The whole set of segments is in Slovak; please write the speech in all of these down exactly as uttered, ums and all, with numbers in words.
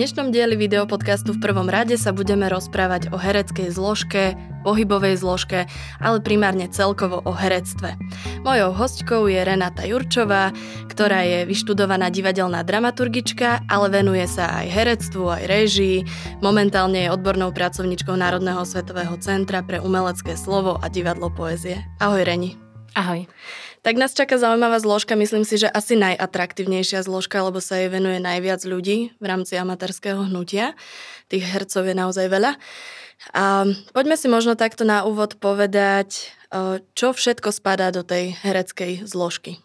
dnešnom dieli videopodcastu v prvom rade sa budeme rozprávať o hereckej zložke, pohybovej zložke, ale primárne celkovo o herectve. Mojou hostkou je Renata Jurčová, ktorá je vyštudovaná divadelná dramaturgička, ale venuje sa aj herectvu, aj réžii. Momentálne je odbornou pracovníčkou Národného svetového centra pre umelecké slovo a divadlo poézie. Ahoj, Reni. Ahoj. Tak nás čaká zaujímavá zložka, myslím si, že asi najatraktívnejšia zložka, lebo sa jej venuje najviac ľudí v rámci amatérskeho hnutia. Tých hercov je naozaj veľa. A poďme si možno takto na úvod povedať, čo všetko spadá do tej hereckej zložky.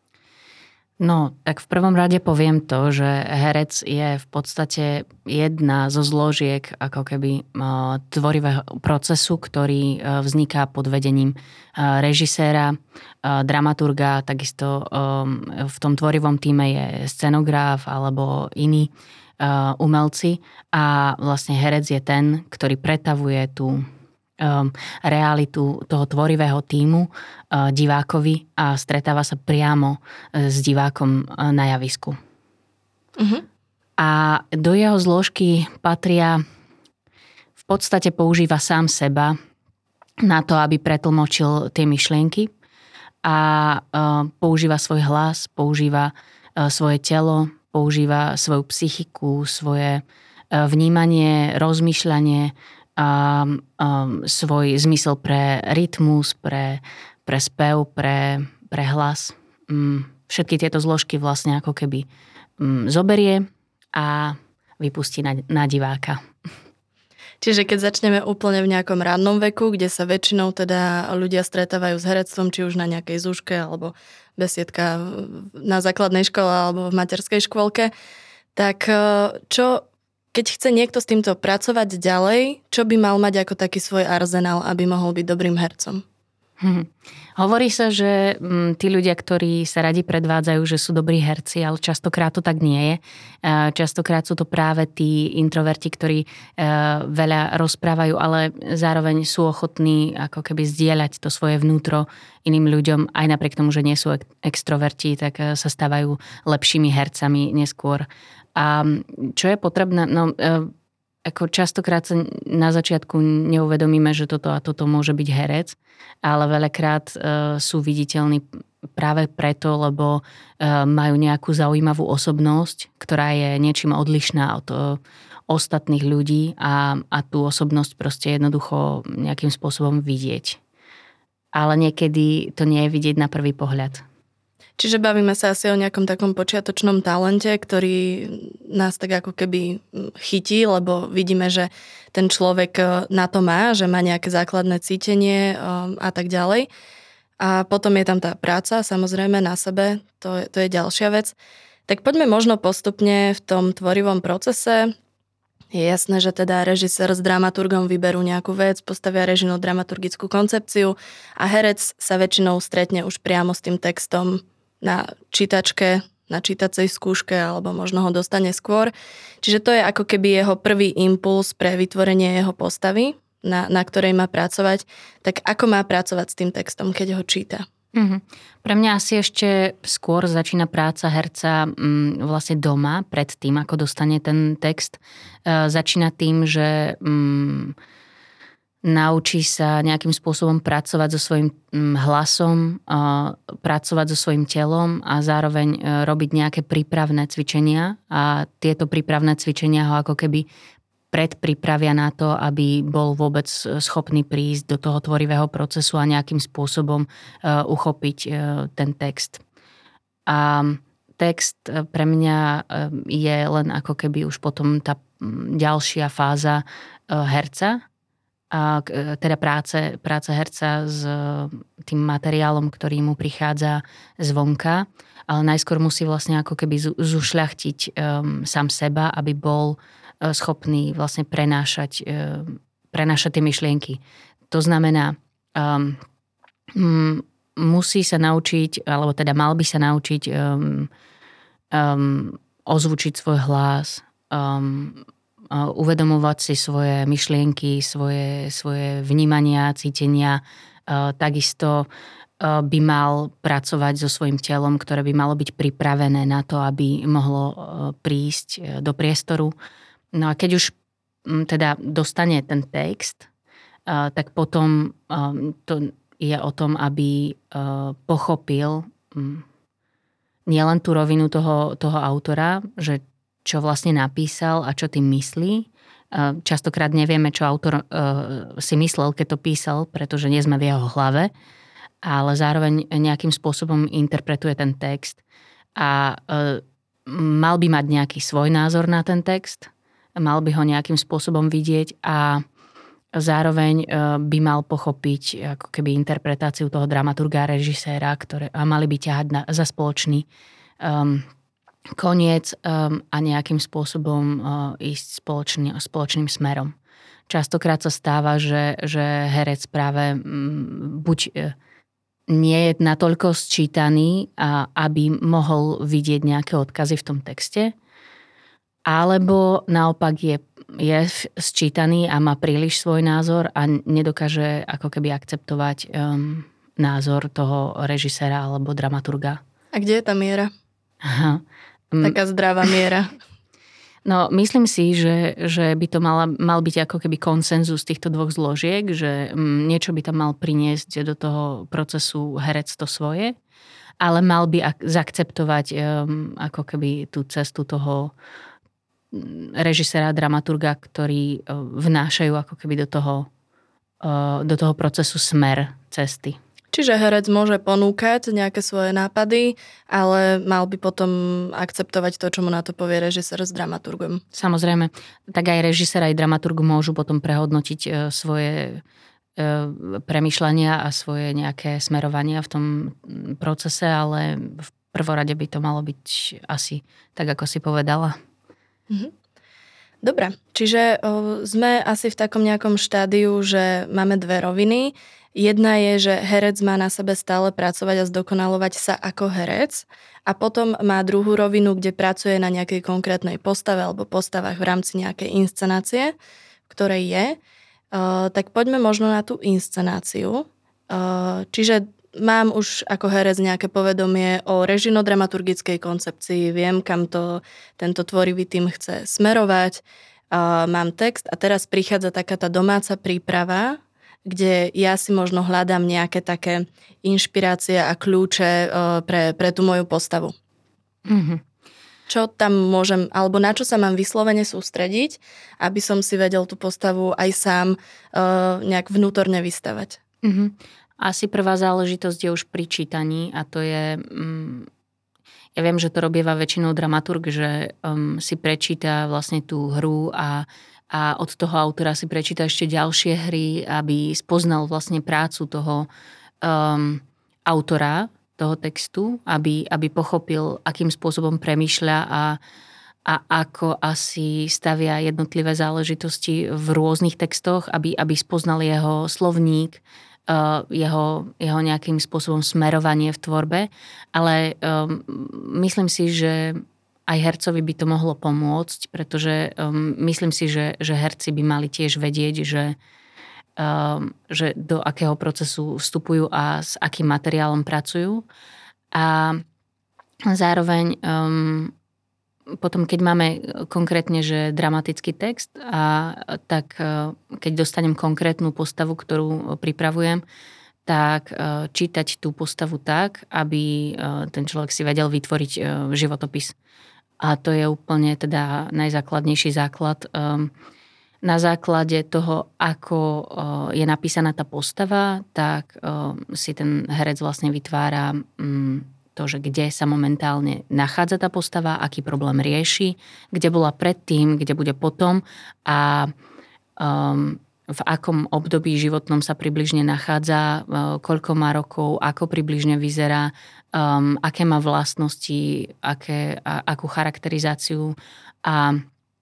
No, tak v prvom rade poviem to, že herec je v podstate jedna zo zložiek ako keby tvorivého procesu, ktorý vzniká pod vedením režiséra, dramaturga, takisto v tom tvorivom týme je scenograf alebo iní umelci a vlastne herec je ten, ktorý pretavuje tú realitu toho tvorivého tímu divákovi a stretáva sa priamo s divákom na javisku. Uh-huh. A do jeho zložky patria, v podstate používa sám seba na to, aby pretlmočil tie myšlienky a používa svoj hlas, používa svoje telo, používa svoju psychiku, svoje vnímanie, rozmýšľanie, a um, svoj zmysel pre rytmus, pre, pre spev, pre, pre hlas. Um, všetky tieto zložky vlastne ako keby um, zoberie a vypustí na, na diváka. Čiže keď začneme úplne v nejakom rannom veku, kde sa väčšinou teda ľudia stretávajú s herectvom, či už na nejakej zúške, alebo besiedka na základnej škole, alebo v materskej škôlke, tak čo... Keď chce niekto s týmto pracovať ďalej, čo by mal mať ako taký svoj arzenál, aby mohol byť dobrým hercom? Hm. Hovorí sa, že m, tí ľudia, ktorí sa radi predvádzajú, že sú dobrí herci, ale častokrát to tak nie je. E, častokrát sú to práve tí introverti, ktorí e, veľa rozprávajú, ale zároveň sú ochotní ako keby zdieľať to svoje vnútro iným ľuďom, aj napriek tomu, že nie sú ek- extroverti, tak e, sa stávajú lepšími hercami neskôr. A čo je potrebné, no ako častokrát sa na začiatku neuvedomíme, že toto a toto môže byť herec, ale veľakrát sú viditeľní práve preto, lebo majú nejakú zaujímavú osobnosť, ktorá je niečím odlišná od ostatných ľudí a, a tú osobnosť proste jednoducho nejakým spôsobom vidieť. Ale niekedy to nie je vidieť na prvý pohľad. Čiže bavíme sa asi o nejakom takom počiatočnom talente, ktorý nás tak ako keby chytí, lebo vidíme, že ten človek na to má, že má nejaké základné cítenie a tak ďalej. A potom je tam tá práca, samozrejme na sebe, to je, to je ďalšia vec. Tak poďme možno postupne v tom tvorivom procese. Je jasné, že teda režisér s dramaturgom vyberú nejakú vec, postavia režijnú dramaturgickú koncepciu a herec sa väčšinou stretne už priamo s tým textom na čítačke, na čítacej skúške, alebo možno ho dostane skôr. Čiže to je ako keby jeho prvý impuls pre vytvorenie jeho postavy, na, na ktorej má pracovať. Tak ako má pracovať s tým textom, keď ho číta? Mm-hmm. Pre mňa asi ešte skôr začína práca herca mm, vlastne doma, pred tým, ako dostane ten text. E, začína tým, že... Mm, naučí sa nejakým spôsobom pracovať so svojím hlasom, pracovať so svojím telom a zároveň robiť nejaké prípravné cvičenia a tieto prípravné cvičenia ho ako keby predpripravia na to, aby bol vôbec schopný prísť do toho tvorivého procesu a nejakým spôsobom uchopiť ten text. A text pre mňa je len ako keby už potom tá ďalšia fáza herca, a teda práce, práce herca s tým materiálom, ktorý mu prichádza zvonka, ale najskôr musí vlastne ako keby zušľachtiť um, sám seba, aby bol uh, schopný vlastne prenášať, uh, prenášať tie myšlienky. To znamená, um, um, musí sa naučiť, alebo teda mal by sa naučiť um, um, ozvučiť svoj hlas, um, uvedomovať si svoje myšlienky, svoje, svoje vnímania, cítenia. Takisto by mal pracovať so svojím telom, ktoré by malo byť pripravené na to, aby mohlo prísť do priestoru. No a keď už teda dostane ten text, tak potom to je o tom, aby pochopil nielen tú rovinu toho, toho autora, že čo vlastne napísal a čo tým myslí. Častokrát nevieme, čo autor si myslel, keď to písal, pretože nie sme v jeho hlave, ale zároveň nejakým spôsobom interpretuje ten text a mal by mať nejaký svoj názor na ten text, mal by ho nejakým spôsobom vidieť a zároveň by mal pochopiť ako keby interpretáciu toho dramaturga a režiséra, ktoré a mali by ťahať na, za spoločný um, koniec um, a nejakým spôsobom uh, ísť spoločný, spoločným smerom. Častokrát sa stáva, že, že herec práve um, buď uh, nie je natoľko sčítaný, a, aby mohol vidieť nejaké odkazy v tom texte, alebo naopak je, je sčítaný a má príliš svoj názor a nedokáže ako keby akceptovať um, názor toho režiséra alebo dramaturga. A kde je tá miera? Aha. Taká zdravá miera. No, myslím si, že, že by to mala, mal byť ako keby konsenzus týchto dvoch zložiek, že um, niečo by tam mal priniesť do toho procesu herec to svoje, ale mal by ak- zaakceptovať um, ako keby tú cestu toho režiséra, dramaturga, ktorí vnášajú ako keby do toho, do toho procesu smer cesty. Čiže herec môže ponúkať nejaké svoje nápady, ale mal by potom akceptovať to, čo mu na to povie režisér s dramaturgom. Samozrejme, tak aj režisér, aj dramaturg môžu potom prehodnotiť svoje premýšľania a svoje nejaké smerovania v tom procese, ale v prvorade by to malo byť asi tak, ako si povedala. Dobre, čiže o, sme asi v takom nejakom štádiu, že máme dve roviny. Jedna je, že herec má na sebe stále pracovať a zdokonalovať sa ako herec a potom má druhú rovinu, kde pracuje na nejakej konkrétnej postave alebo postavách v rámci nejakej inscenácie, ktorej je. O, tak poďme možno na tú inscenáciu. O, čiže mám už ako herec nejaké povedomie o režijno-dramaturgickej koncepcii, viem, kam to tento tvorivý tým chce smerovať, uh, mám text a teraz prichádza taká tá domáca príprava, kde ja si možno hľadám nejaké také inšpirácie a kľúče uh, pre, pre tú moju postavu. Mm-hmm. Čo tam môžem, alebo na čo sa mám vyslovene sústrediť, aby som si vedel tú postavu aj sám uh, nejak vnútorne vystavať. Mm-hmm. Asi prvá záležitosť je už pri čítaní a to je, um, ja viem, že to robieva väčšinou dramaturg, že um, si prečíta vlastne tú hru a, a od toho autora si prečíta ešte ďalšie hry, aby spoznal vlastne prácu toho um, autora, toho textu, aby, aby pochopil, akým spôsobom premýšľa a, a ako asi stavia jednotlivé záležitosti v rôznych textoch, aby, aby spoznal jeho slovník, Jeho, jeho nejakým spôsobom smerovanie v tvorbe, ale um, myslím si, že aj hercovi by to mohlo pomôcť, pretože um, myslím si, že, že herci by mali tiež vedieť, že, um, že do akého procesu vstupujú a s akým materiálom pracujú. A zároveň um, potom, keď máme konkrétne, že dramatický text, a tak keď dostanem konkrétnu postavu, ktorú pripravujem, tak čítať tú postavu tak, aby ten človek si vedel vytvoriť životopis. A to je úplne teda najzákladnejší základ. Na základe toho, ako je napísaná tá postava, tak si ten herec vlastne vytvára to, že kde sa momentálne nachádza tá postava, aký problém rieši, kde bola predtým, kde bude potom a um, v akom období životnom sa približne nachádza, uh, koľko má rokov, ako približne vyzerá, um, aké má vlastnosti, aké, a, akú charakterizáciu a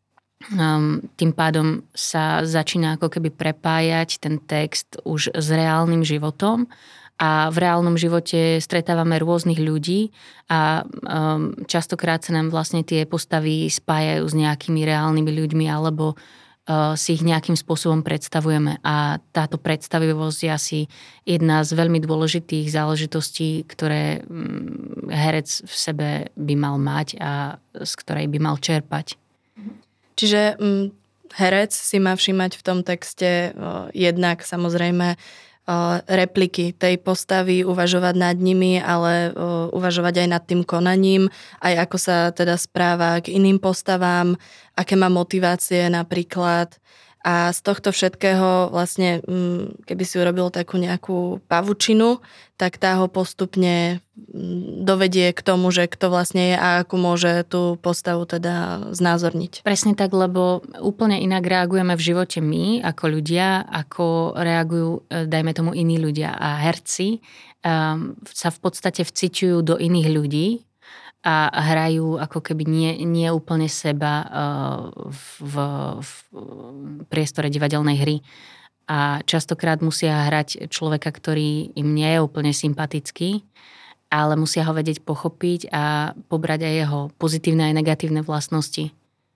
um, tým pádom sa začína ako keby prepájať ten text už s reálnym životom. A v reálnom živote stretávame rôznych ľudí a um, častokrát sa nám vlastne tie postavy spájajú s nejakými reálnymi ľuďmi alebo uh, si ich nejakým spôsobom predstavujeme. A táto predstavivosť je asi jedna z veľmi dôležitých záležitostí, ktoré um, herec v sebe by mal mať a z ktorej by mal čerpať. Čiže hm, herec si má všímať v tom texte uh, jednak samozrejme repliky tej postavy, uvažovať nad nimi, ale uvažovať aj nad tým konaním, aj ako sa teda správa k iným postavám, aké má motivácie napríklad. A z tohto všetkého vlastne, keby si urobil takú nejakú pavučinu, tak tá ho postupne dovedie k tomu, že kto vlastne je a ako môže tú postavu teda znázorniť. Presne tak, lebo úplne inak reagujeme v živote my, ako ľudia, ako reagujú, dajme tomu, iní ľudia. A herci um, sa v podstate vciťujú do iných ľudí a hrajú ako keby nie, nie úplne seba v, v, v priestore divadelnej hry. A častokrát musia hrať človeka, ktorý im nie je úplne sympatický, ale musia ho vedieť pochopiť a pobrať aj jeho pozitívne aj negatívne vlastnosti.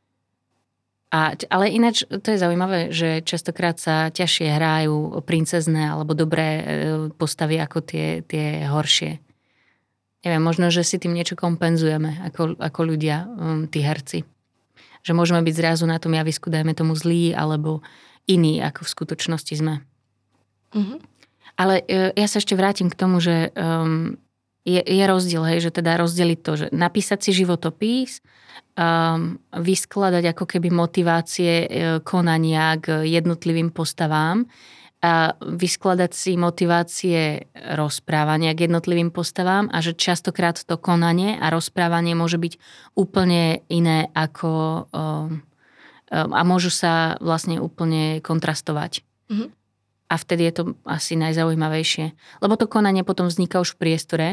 A, ale ináč to je zaujímavé, že častokrát sa ťažšie hrajú princezné alebo dobré postavy ako tie, tie horšie. Neviem, možno, že si tým niečo kompenzujeme ako, ako ľudia, um, tí herci. Že môžeme byť zrazu na tom javisku, dajme tomu zlí, alebo iní, ako v skutočnosti sme. Mm-hmm. Ale uh, ja sa ešte vrátim k tomu, že um, je, je rozdiel, hej, že teda rozdeliť to, že napísať si životopis, um, vyskladať ako keby motivácie uh, konania k jednotlivým postavám, a vyskladať si motivácie rozprávania k jednotlivým postavám a že častokrát to konanie a rozprávanie môže byť úplne iné ako um, um, a môžu sa vlastne úplne kontrastovať. Mm-hmm. A vtedy je to asi najzaujímavejšie. Lebo to konanie potom vzniká už v priestore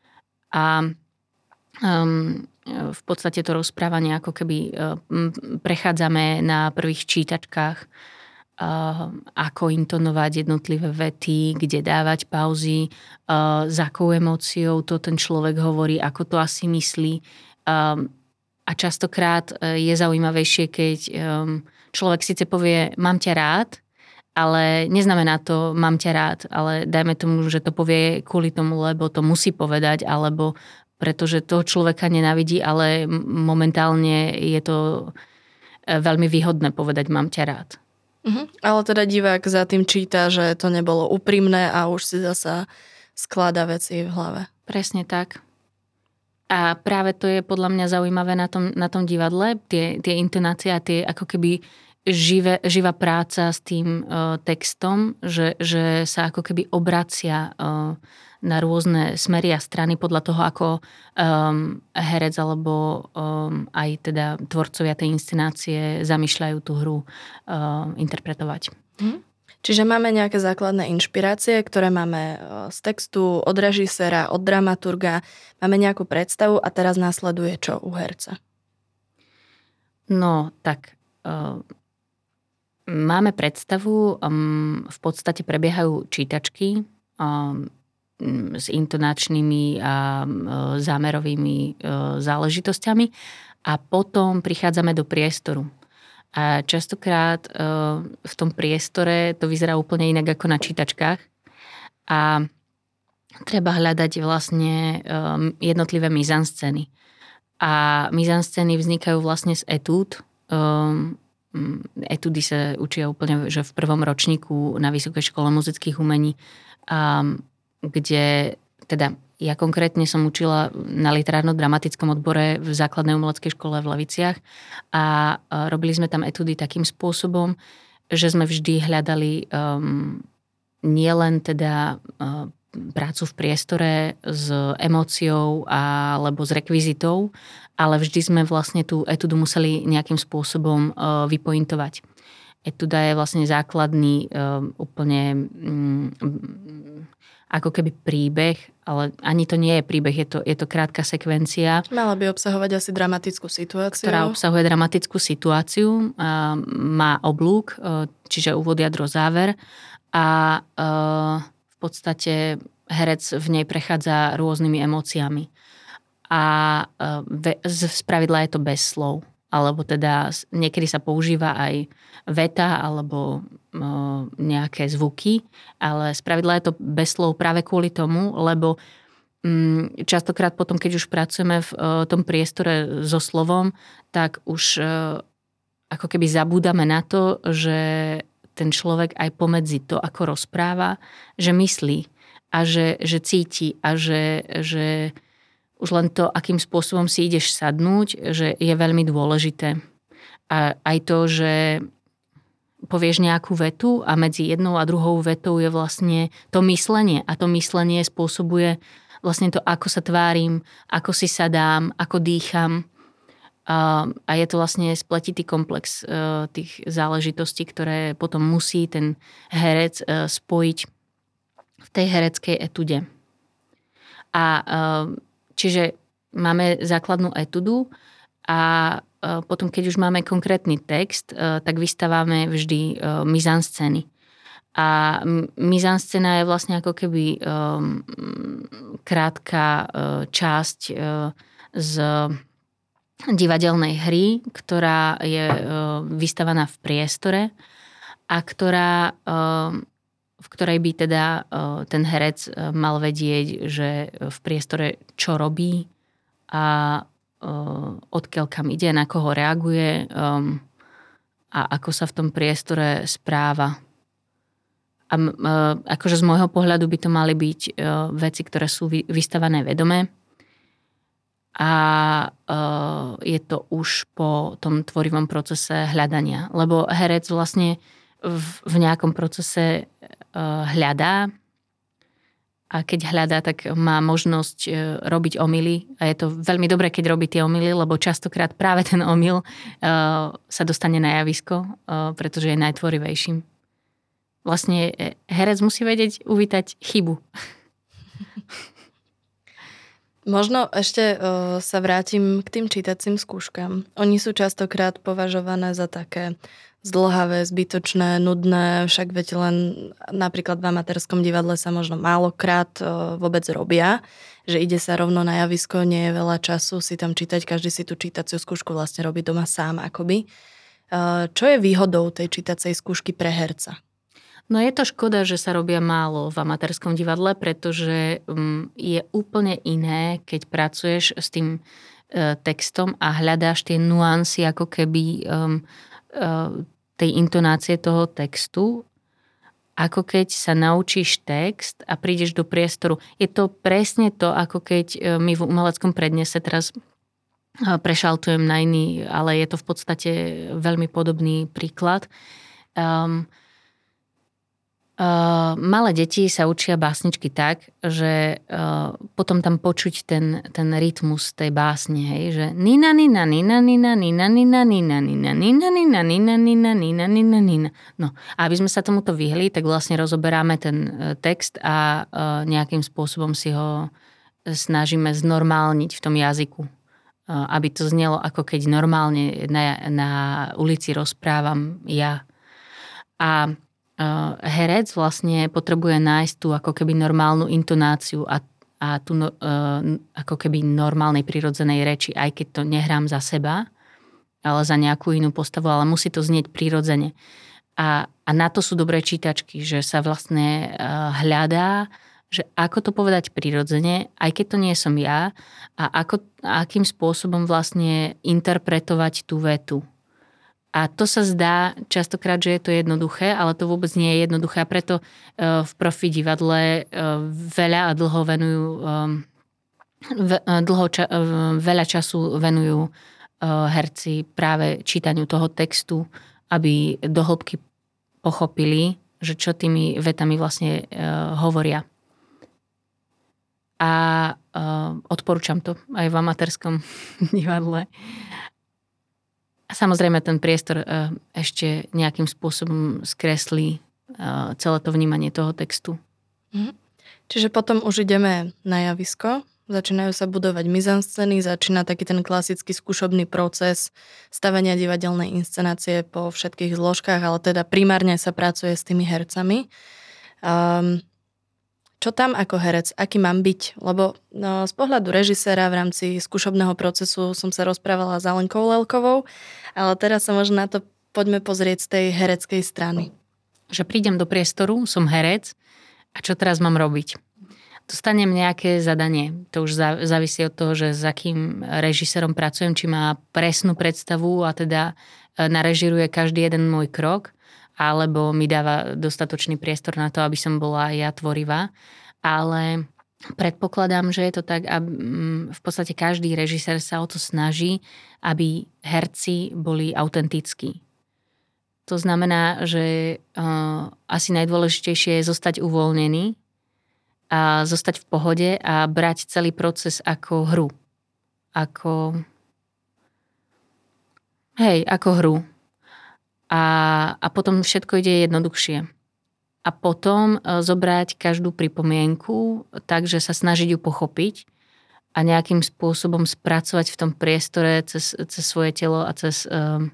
a um, v podstate to rozprávanie ako keby um, prechádzame na prvých čítačkách, Uh, ako intonovať jednotlivé vety, kde dávať pauzy, uh, s akou emóciou to ten človek hovorí, ako to asi myslí. Um, a častokrát uh, je zaujímavejšie, keď um, človek síce povie mám ťa rád, ale neznamená to mám ťa rád, ale dajme tomu, že to povie kvôli tomu, lebo to musí povedať, alebo pretože toho človeka nenávidí, ale momentálne je to veľmi výhodné povedať mám ťa rád. Uh-huh. Ale teda divák za tým číta, že to nebolo úprimné a už si zasa skladá veci v hlave. Presne tak. A práve to je podľa mňa zaujímavé na tom, na tom divadle, tie, tie intonácie a tie ako keby živé, živá práca s tým uh, textom, že, že sa ako keby obracia uh, na rôzne smery a strany podľa toho, ako um, herec alebo um, aj teda tvorcovia tej inscenácie zamýšľajú tú hru uh, interpretovať. Hm. Čiže máme nejaké základné inšpirácie, ktoré máme z textu, od režisera, od dramaturga, máme nejakú predstavu a teraz nasleduje čo u herca? No, tak uh, máme predstavu, um, v podstate prebiehajú čítačky um, s intonačnými a zámerovými záležitosťami a potom prichádzame do priestoru. A častokrát v tom priestore to vyzerá úplne inak ako na čítačkách a treba hľadať vlastne jednotlivé mizanscény. A mizanscény vznikajú vlastne z etúd. Etúdy sa učia úplne že v prvom ročníku na Vysokej škole muzických umení, a kde teda ja konkrétne som učila na literárno-dramatickom odbore v základnej umeleckej škole v Leviciach a robili sme tam etúdy takým spôsobom, že sme vždy hľadali um, nielen teda um, prácu v priestore s emóciou alebo s rekvizitou, ale vždy sme vlastne tú etúdu museli nejakým spôsobom uh, vypointovať. Etúda je vlastne základný um, úplne um, ako keby príbeh, ale ani to nie je príbeh, je to, je to krátka sekvencia. Mala by obsahovať asi dramatickú situáciu. Ktorá obsahuje dramatickú situáciu, má oblúk, čiže úvod, jadro, záver a v podstate herec v nej prechádza rôznymi emóciami. A spravidla je to bez slov. Alebo teda niekedy sa používa aj veta alebo nejaké zvuky, ale spravidla je to bez slov práve kvôli tomu, lebo častokrát potom, keď už pracujeme v tom priestore so slovom, tak už ako keby zabúdame na to, že ten človek aj pomedzi to, ako rozpráva, že myslí a že, že cíti a že, že už len to, akým spôsobom si ideš sadnúť, že je veľmi dôležité. A aj to, že povieš nejakú vetu a medzi jednou a druhou vetou je vlastne to myslenie. A to myslenie spôsobuje vlastne to, ako sa tvárim, ako si sadám, ako dýcham. A je to vlastne spletitý komplex tých záležitostí, ktoré potom musí ten herec spojiť v tej hereckej etude. A čiže máme základnú etudu a potom, keď už máme konkrétny text, tak vystávame vždy mizanscény. A mizanscéna je vlastne ako keby krátka časť z divadelnej hry, ktorá je vystavaná v priestore a ktorá, v ktorej by teda ten herec mal vedieť, že v priestore čo robí a odkiaľ kam ide, na koho reaguje a ako sa v tom priestore správa. A akože z môjho pohľadu by to mali byť veci, ktoré sú vystavané vedome. A je to už po tom tvorivom procese hľadania. Lebo herec vlastne v, v nejakom procese hľadá a keď hľadá, tak má možnosť robiť omyly. A je to veľmi dobré, keď robí tie omyly, lebo častokrát práve ten omyl sa dostane na javisko, pretože je najtvorivejším. Vlastne herec musí vedieť uvítať chybu. Možno ešte uh, sa vrátim k tým čítacím skúškam. Oni sú častokrát považované za také zdĺhavé, zbytočné, nudné, však veď len napríklad v amatérskom divadle sa možno málokrát uh, vôbec robia, že ide sa rovno na javisko, nie je veľa času si tam čítať, každý si tú čítaciu skúšku vlastne robí doma sám akoby. Uh, čo je výhodou tej čítacej skúšky pre herca? No je to škoda, že sa robia málo v amatérskom divadle, pretože je úplne iné, keď pracuješ s tým textom a hľadáš tie nuancy ako keby tej intonácie toho textu, ako keď sa naučíš text a prídeš do priestoru. Je to presne to, ako keď my v umeleckom prednese teraz prešaltujem na iný, ale je to v podstate veľmi podobný príklad. Um, Uh, malé deti sa učia básničky tak, že uh, potom tam počuť ten, ten rytmus tej básne, hej, že nina, nina, nina, nina, nina, nina, nina, nina, nina, nina, nina, nina, nina, nina, nina. No, a aby sme sa tomuto vyhli, tak vlastne rozoberáme ten text a uh, nejakým spôsobom si ho snažíme znormálniť v tom jazyku. Uh, aby to znelo ako keď normálne na, na ulici rozprávam ja. A herec vlastne potrebuje nájsť tú ako keby normálnu intonáciu a, a tú uh, ako keby normálnej prirodzenej reči, aj keď to nehrám za seba, ale za nejakú inú postavu, ale musí to znieť prirodzene. A, a na to sú dobré čítačky, že sa vlastne uh, hľadá, že ako to povedať prirodzene, aj keď to nie som ja, a ako, akým spôsobom vlastne interpretovať tú vetu. A to sa zdá častokrát, že je to jednoduché, ale to vôbec nie je jednoduché. A preto v profi divadle veľa a dlho venujú, dlho, veľa času venujú herci práve čítaniu toho textu, aby do hĺbky pochopili, že čo tými vetami vlastne hovoria. A odporúčam to aj v amatérskom divadle. A samozrejme ten priestor ešte nejakým spôsobom skreslí celé to vnímanie toho textu. Mhm. Čiže potom už ideme na javisko, začínajú sa budovať mizanscény, začína taký ten klasický skúšobný proces stavenia divadelnej inscenácie po všetkých zložkách, ale teda primárne sa pracuje s tými hercami. Um, Čo tam ako herec? Aký mám byť? Lebo no, z pohľadu režiséra v rámci skúšobného procesu som sa rozprávala s Alenkou Lelkovou, ale teraz sa možno na to poďme pozrieť z tej hereckej strany. Že prídem do priestoru, som herec a čo teraz mám robiť? dostanem nejaké zadanie. To už závisí od toho, že s akým režisérom pracujem, či má presnú predstavu a teda narežiruje každý jeden môj krok, alebo mi dáva dostatočný priestor na to, aby som bola aj ja tvorivá. Ale predpokladám, že je to tak, a v podstate každý režisér sa o to snaží, aby herci boli autentickí. To znamená, že uh, asi najdôležitejšie je zostať uvoľnený a zostať v pohode a brať celý proces ako hru. Ako... Hej, ako hru. A, a potom všetko ide jednoduchšie. A potom uh, zobrať každú pripomienku tak, že sa snažiť ju pochopiť a nejakým spôsobom spracovať v tom priestore cez, cez svoje telo a cez... Uh,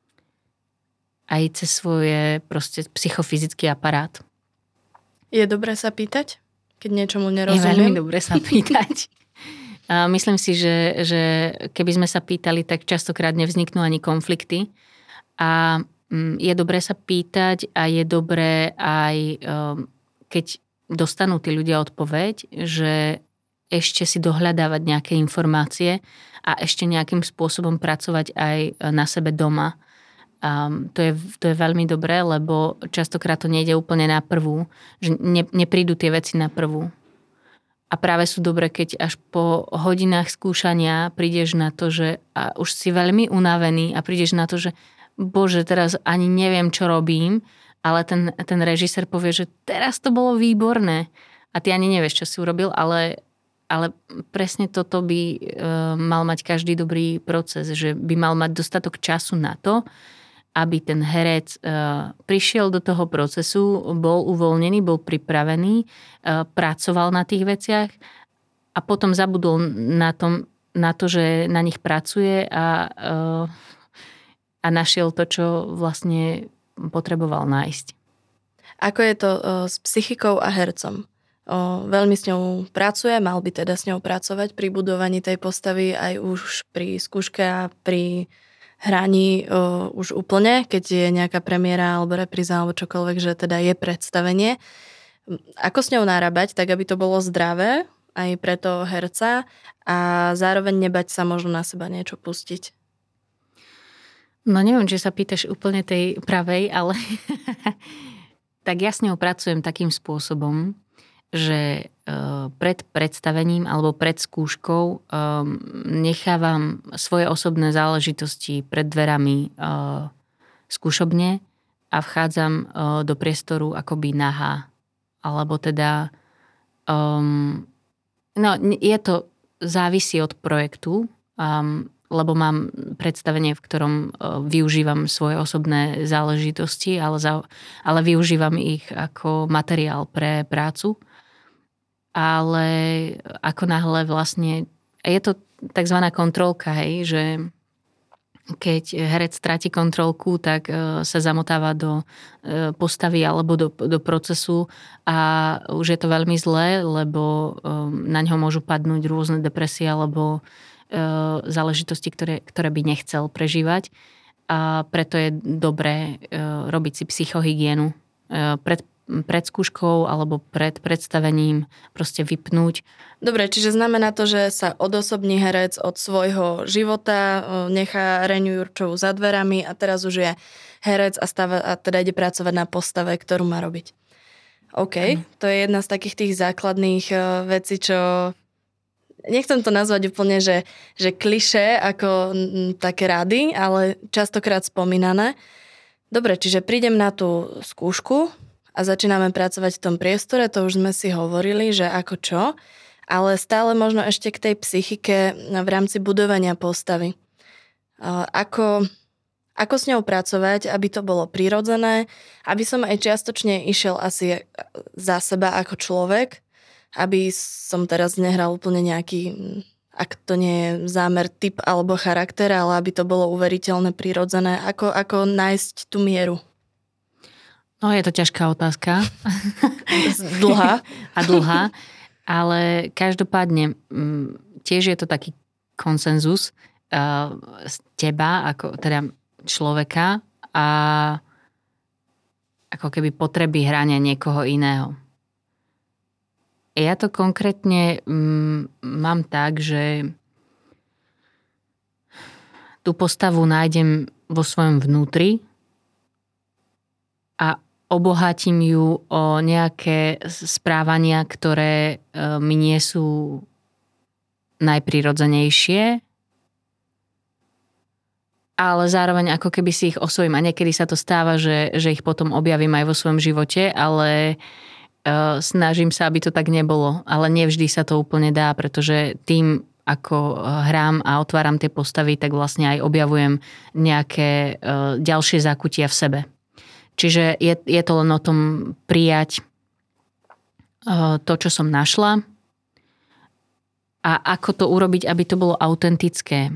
aj cez svoje proste psychofyzický aparát. Je dobré sa pýtať, keď niečomu nerozumiem? Je veľmi dobré sa pýtať. A myslím si, že, že keby sme sa pýtali, tak častokrát nevzniknú ani konflikty. A je dobré sa pýtať a je dobré aj, keď dostanú tí ľudia odpoveď, že ešte si dohľadávať nejaké informácie a ešte nejakým spôsobom pracovať aj na sebe doma. Um, to, je, to je veľmi dobré, lebo častokrát to nejde úplne na prvú, že ne, neprídu tie veci na prvú. A práve sú dobré, keď až po hodinách skúšania prídeš na to, že a už si veľmi unavený a prídeš na to, že bože, teraz ani neviem, čo robím, ale ten, ten režisér povie, že teraz to bolo výborné a ty ani nevieš, čo si urobil, ale, ale presne toto by e, mal mať každý dobrý proces, že by mal mať dostatok času na to, aby ten herec uh, prišiel do toho procesu, bol uvoľnený, bol pripravený, uh, pracoval na tých veciach a potom zabudol na, tom, na to, že na nich pracuje a, uh, a našiel to, čo vlastne potreboval nájsť. Ako je to uh, s psychikou a hercom? Uh, veľmi s ňou pracuje, mal by teda s ňou pracovať pri budovaní tej postavy aj už pri skúške a pri hraní uh, už úplne, keď je nejaká premiéra alebo repríza alebo čokoľvek, že teda je predstavenie. Ako s ňou narábať, tak aby to bolo zdravé aj pre toho herca a zároveň nebať sa možno na seba niečo pustiť? No neviem, či sa pýtaš úplne tej pravej, ale tak ja s ňou pracujem takým spôsobom, že pred predstavením alebo pred skúškou nechávam svoje osobné záležitosti pred dverami skúšobne a vchádzam do priestoru akoby nahá. Alebo teda um, no je to závisí od projektu, um, lebo mám predstavenie, v ktorom využívam svoje osobné záležitosti, ale, za, ale využívam ich ako materiál pre prácu. Ale ako náhle vlastne, je to takzvaná kontrolka, hej, že keď herec stráti kontrolku, tak sa zamotáva do postavy alebo do, do procesu a už je to veľmi zlé, lebo na ňo môžu padnúť rôzne depresie alebo záležitosti, ktoré, ktoré by nechcel prežívať. A preto je dobré robiť si psychohygienu pred pred skúškou alebo pred predstavením proste vypnúť. Dobre, čiže znamená to, že sa odosobní herec od svojho života, nechá Reňu Jurčovú za dverami a teraz už je herec a, stava, a teda ide pracovať na postave, ktorú má robiť. OK, mm. To je jedna z takých tých základných vecí, čo nechcem to nazvať úplne, že, že klišé ako m, také rady, ale častokrát spomínané. Dobre, čiže prídem na tú skúšku a začíname pracovať v tom priestore, to už sme si hovorili, že ako čo, ale stále možno ešte k tej psychike v rámci budovania postavy. Ako, ako s ňou pracovať, aby to bolo prirodzené, aby som aj čiastočne išiel asi za seba ako človek, aby som teraz nehral úplne nejaký, ak to nie je zámer, typ alebo charakter, ale aby to bolo uveriteľné, prirodzené. Ako, ako nájsť tú mieru? No je to ťažká otázka. Dlhá. A dlhá. Ale každopádne tiež je to taký konsenzus uh, z teba, ako teda človeka a ako keby potreby hrania niekoho iného. Ja to konkrétne mm, mám tak, že tú postavu nájdem vo svojom vnútri a obohatím ju o nejaké správania, ktoré mi nie sú najprirodzenejšie, ale zároveň ako keby si ich osvojím. A niekedy sa to stáva, že, že ich potom objavím aj vo svojom živote, ale snažím sa, aby to tak nebolo, ale nevždy sa to úplne dá, pretože tým, ako hrám a otváram tie postavy, tak vlastne aj objavujem nejaké ďalšie zákutia v sebe. Čiže je, je to len o tom prijať to, čo som našla a ako to urobiť, aby to bolo autentické.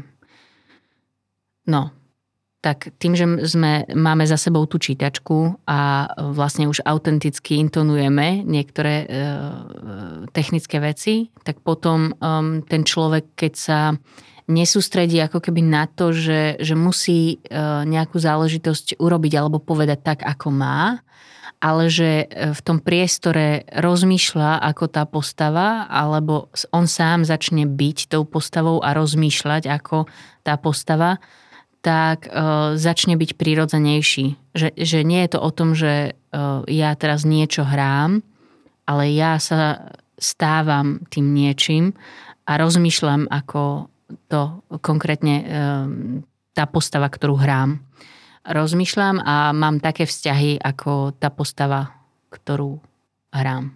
No, tak tým, že sme, máme za sebou tú čítačku a vlastne už autenticky intonujeme niektoré e, technické veci, tak potom um, ten človek, keď sa nesústredí ako keby na to, že, že musí e, nejakú záležitosť urobiť alebo povedať tak, ako má, ale že v tom priestore rozmýšľa ako tá postava, alebo on sám začne byť tou postavou a rozmýšľať ako tá postava, tak uh, začne byť prirodzenejší. Že, že nie je to o tom, že uh, ja teraz niečo hrám, ale ja sa stávam tým niečím a rozmýšľam ako to konkrétne um, tá postava, ktorú hrám. Rozmýšľam a mám také vzťahy ako tá postava, ktorú hrám.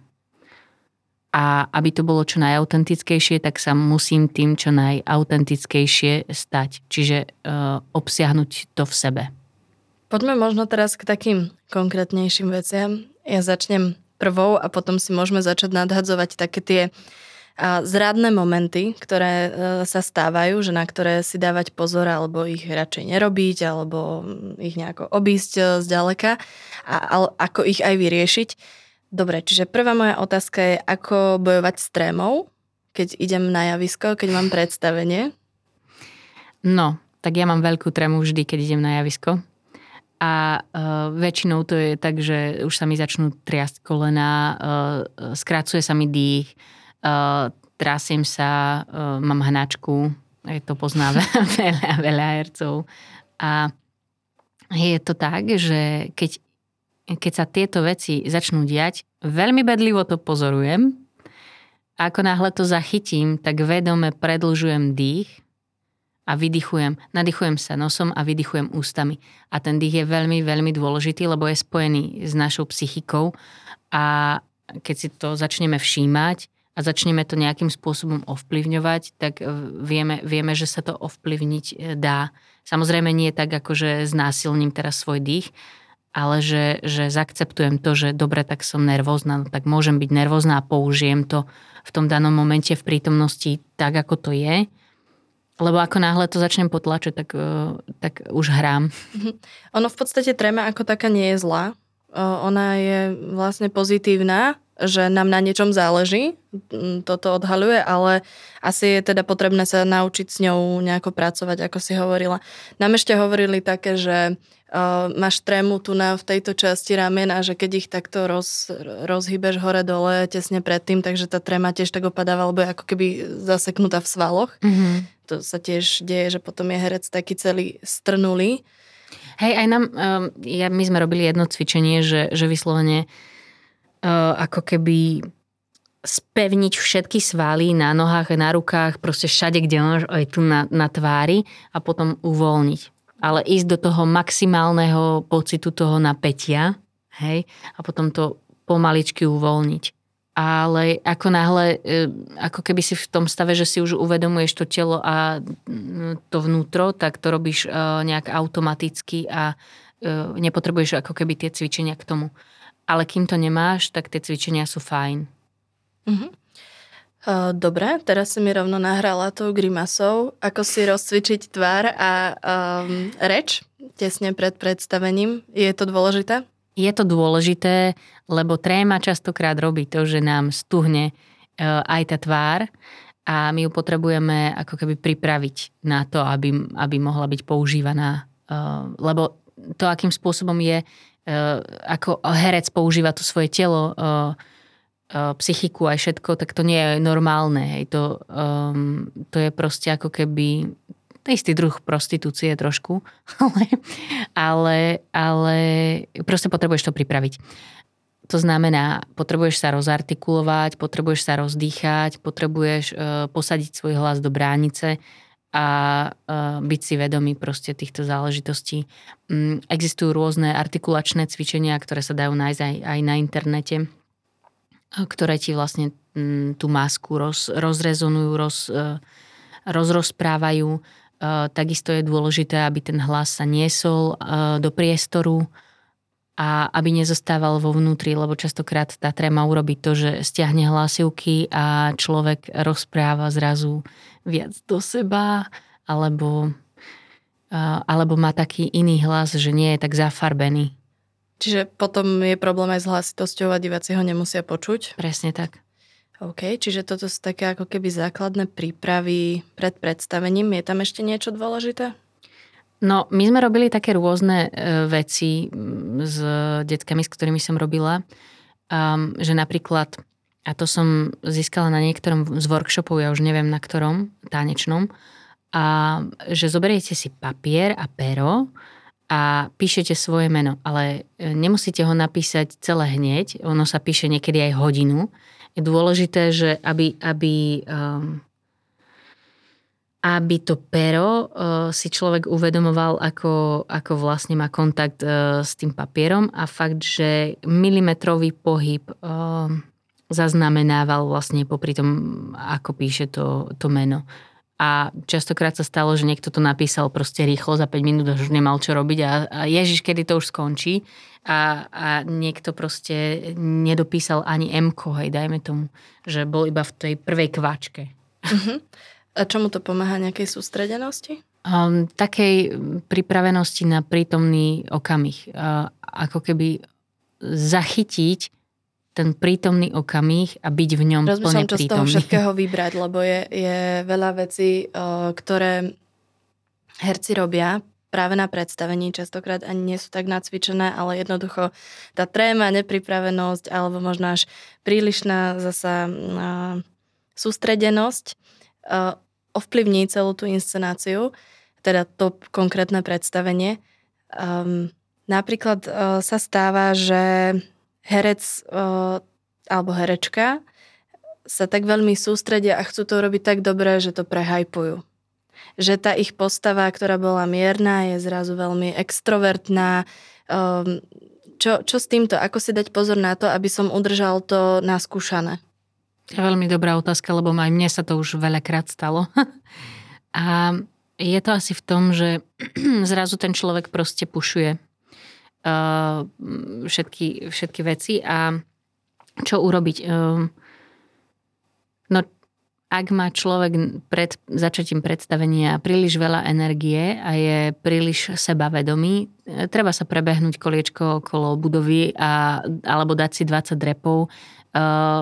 A aby to bolo čo najautentickejšie, tak sa musím tým čo najautentickejšie stať. Čiže uh, obsiahnuť to v sebe. Poďme možno teraz k takým konkrétnejším veciam. Ja začnem prvou a potom si môžeme začať nadhadzovať také tie uh, zradné momenty, ktoré uh, sa stávajú, že na ktoré si dávať pozor alebo ich radšej nerobiť alebo ich nejako obísť uh, zďaleka a, a ako ich aj vyriešiť. Dobre, čiže prvá moja otázka je, ako bojovať s trémou, keď idem na javisko, keď mám predstavenie? No, tak ja mám veľkú trému vždy, keď idem na javisko. A uh, väčšinou to je tak, že už sa mi začnú triasť kolená, uh, skracuje sa mi dých, uh, trasiem sa, uh, mám hnačku, to pozná veľa, veľa hercov. A je to tak, že keď keď sa tieto veci začnú diať, veľmi bedlivo to pozorujem. A ako náhle to zachytím, tak vedome predĺžujem dých a vydychujem. Nadýchujem sa nosom a vydychujem ústami. A ten dých je veľmi, veľmi dôležitý, lebo je spojený s našou psychikou. A keď si to začneme všímať a začneme to nejakým spôsobom ovplyvňovať, tak vieme, vieme, že sa to ovplyvniť dá. Samozrejme nie tak, ako že znásilním teraz svoj dých, ale že, že zaakceptujem to, že dobre, tak som nervózna, no tak môžem byť nervózna a použijem to v tom danom momente v prítomnosti tak, ako to je. Lebo ako náhle to začnem potlačať, tak, tak už hrám. Ono v podstate tréma ako taká nie je zlá. Ona je vlastne pozitívna, že nám na niečom záleží. Toto odhaľuje, ale asi je teda potrebné sa naučiť s ňou nejako pracovať, ako si hovorila. Nám ešte hovorili také, že Uh, máš trému tu na, v tejto časti ramen a že keď ich takto roz, rozhýbeš hore-dole tesne predtým, takže tá tréma tiež tak opadáva, alebo je ako keby zaseknutá v svaloch. Mm-hmm. To sa tiež deje, že potom je herec taký celý strnulý. Hej, aj nám, um, ja, my sme robili jedno cvičenie, že, že vyslovene uh, ako keby spevniť všetky svaly na nohách, na rukách, proste všade, kde máš, aj tu na, na tvári a potom uvoľniť. Ale ísť do toho maximálneho pocitu toho napätia, hej, a potom to pomaličky uvoľniť. Ale ako náhle, ako keby si v tom stave, že si už uvedomuješ to telo a to vnútro, tak to robíš nejak automaticky a nepotrebuješ ako keby tie cvičenia k tomu. Ale kým to nemáš, tak tie cvičenia sú fajn. Mhm. Dobre, teraz si mi rovno nahrala tou grimasou, ako si rozcvičiť tvár a um, reč tesne pred predstavením. Je to dôležité? Je to dôležité, lebo tréma častokrát robí to, že nám stuhne uh, aj tá tvár a my ju potrebujeme ako keby pripraviť na to, aby, aby mohla byť používaná. Uh, lebo to, akým spôsobom je, uh, ako herec používa to svoje telo, uh, psychiku aj všetko, tak to nie je normálne. Hej. To, um, to je proste ako keby to istý druh prostitúcie trošku, ale, ale, ale proste potrebuješ to pripraviť. To znamená, potrebuješ sa rozartikulovať, potrebuješ sa rozdýchať, potrebuješ uh, posadiť svoj hlas do bránice a uh, byť si vedomý proste týchto záležitostí. Um, existujú rôzne artikulačné cvičenia, ktoré sa dajú nájsť aj, aj na internete, ktoré ti vlastne um, tú masku roz, rozrezonujú, roz, uh, rozrozprávajú. Uh, takisto je dôležité, aby ten hlas sa niesol uh, do priestoru a aby nezostával vo vnútri, lebo častokrát tá tréma urobí to, že stiahne hlasivky a človek rozpráva zrazu viac do seba, alebo, uh, alebo má taký iný hlas, že nie je tak zafarbený. Čiže potom je problém aj s hlasitosťou a diváci ho nemusia počuť? Presne tak. OK, čiže toto sú také ako keby základné prípravy pred predstavením. Je tam ešte niečo dôležité? No, my sme robili také rôzne e, veci s deckami, s ktorými som robila. Um, že napríklad, a to som získala na niektorom z workshopov, ja už neviem na ktorom, tanečnom, a že zoberiete si papier a pero a píšete svoje meno, ale nemusíte ho napísať celé hneď, ono sa píše niekedy aj hodinu. Je dôležité, že aby, aby, um, aby to pero uh, si človek uvedomoval, ako, ako vlastne má kontakt uh, s tým papierom a fakt, že milimetrový pohyb uh, zaznamenával vlastne popri tom, ako píše to, to meno. A častokrát sa stalo, že niekto to napísal proste rýchlo, za päť minút už nemal čo robiť a, a ježiš, kedy to už skončí. A, a niekto proste nedopísal ani M-ko, hej, dajme tomu, že bol iba v tej prvej kvačke. Uh-huh. A čomu to pomáha, nejakej sústredenosti? Um, takej pripravenosti na prítomný okamih. Uh, ako keby zachytiť ten prítomný okamih a byť v ňom plne prítomný. Rozmýšľam, čo z toho všetkého vybrať, lebo je, je veľa vecí, ktoré herci robia práve na predstavení, častokrát ani nie sú tak nacvičené, ale jednoducho tá tréma, nepripravenosť alebo možno až prílišná zasa sústredenosť ovplyvní celú tú inscenáciu, teda to konkrétne predstavenie. Napríklad sa stáva, že herec uh, alebo herečka sa tak veľmi sústredia a chcú to robiť tak dobre, že to prehajpujú. Že tá ich postava, ktorá bola mierna, je zrazu veľmi extrovertná. Um, čo, čo s týmto? Ako si dať pozor na to, aby som udržal to naskúšané? Je veľmi dobrá otázka, lebo aj mne sa to už veľakrát stalo. A je to asi v tom, že zrazu ten človek proste pušuje Uh, všetky, všetky veci a čo urobiť. Uh, no, ak má človek pred začatím predstavenia príliš veľa energie a je príliš sebavedomý, treba sa prebehnúť koliečko okolo budovy a, alebo dať si dvadsať drepov, uh, uh,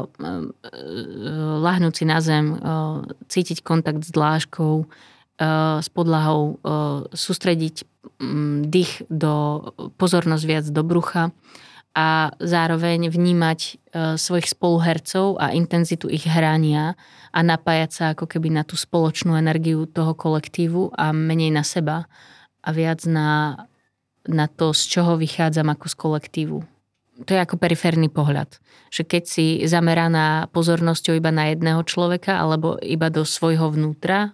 lahnúť si na zem, uh, cítiť kontakt s dlážkou, s podlahou, sústrediť dých do, pozornosť viac do brucha a zároveň vnímať svojich spoluhercov a intenzitu ich hrania a napájať sa ako keby na tú spoločnú energiu toho kolektívu a menej na seba a viac na, na to, z čoho vychádzam ako z kolektívu. To je ako periférny pohľad. Že keď si zameraná pozornosťou iba na jedného človeka alebo iba do svojho vnútra,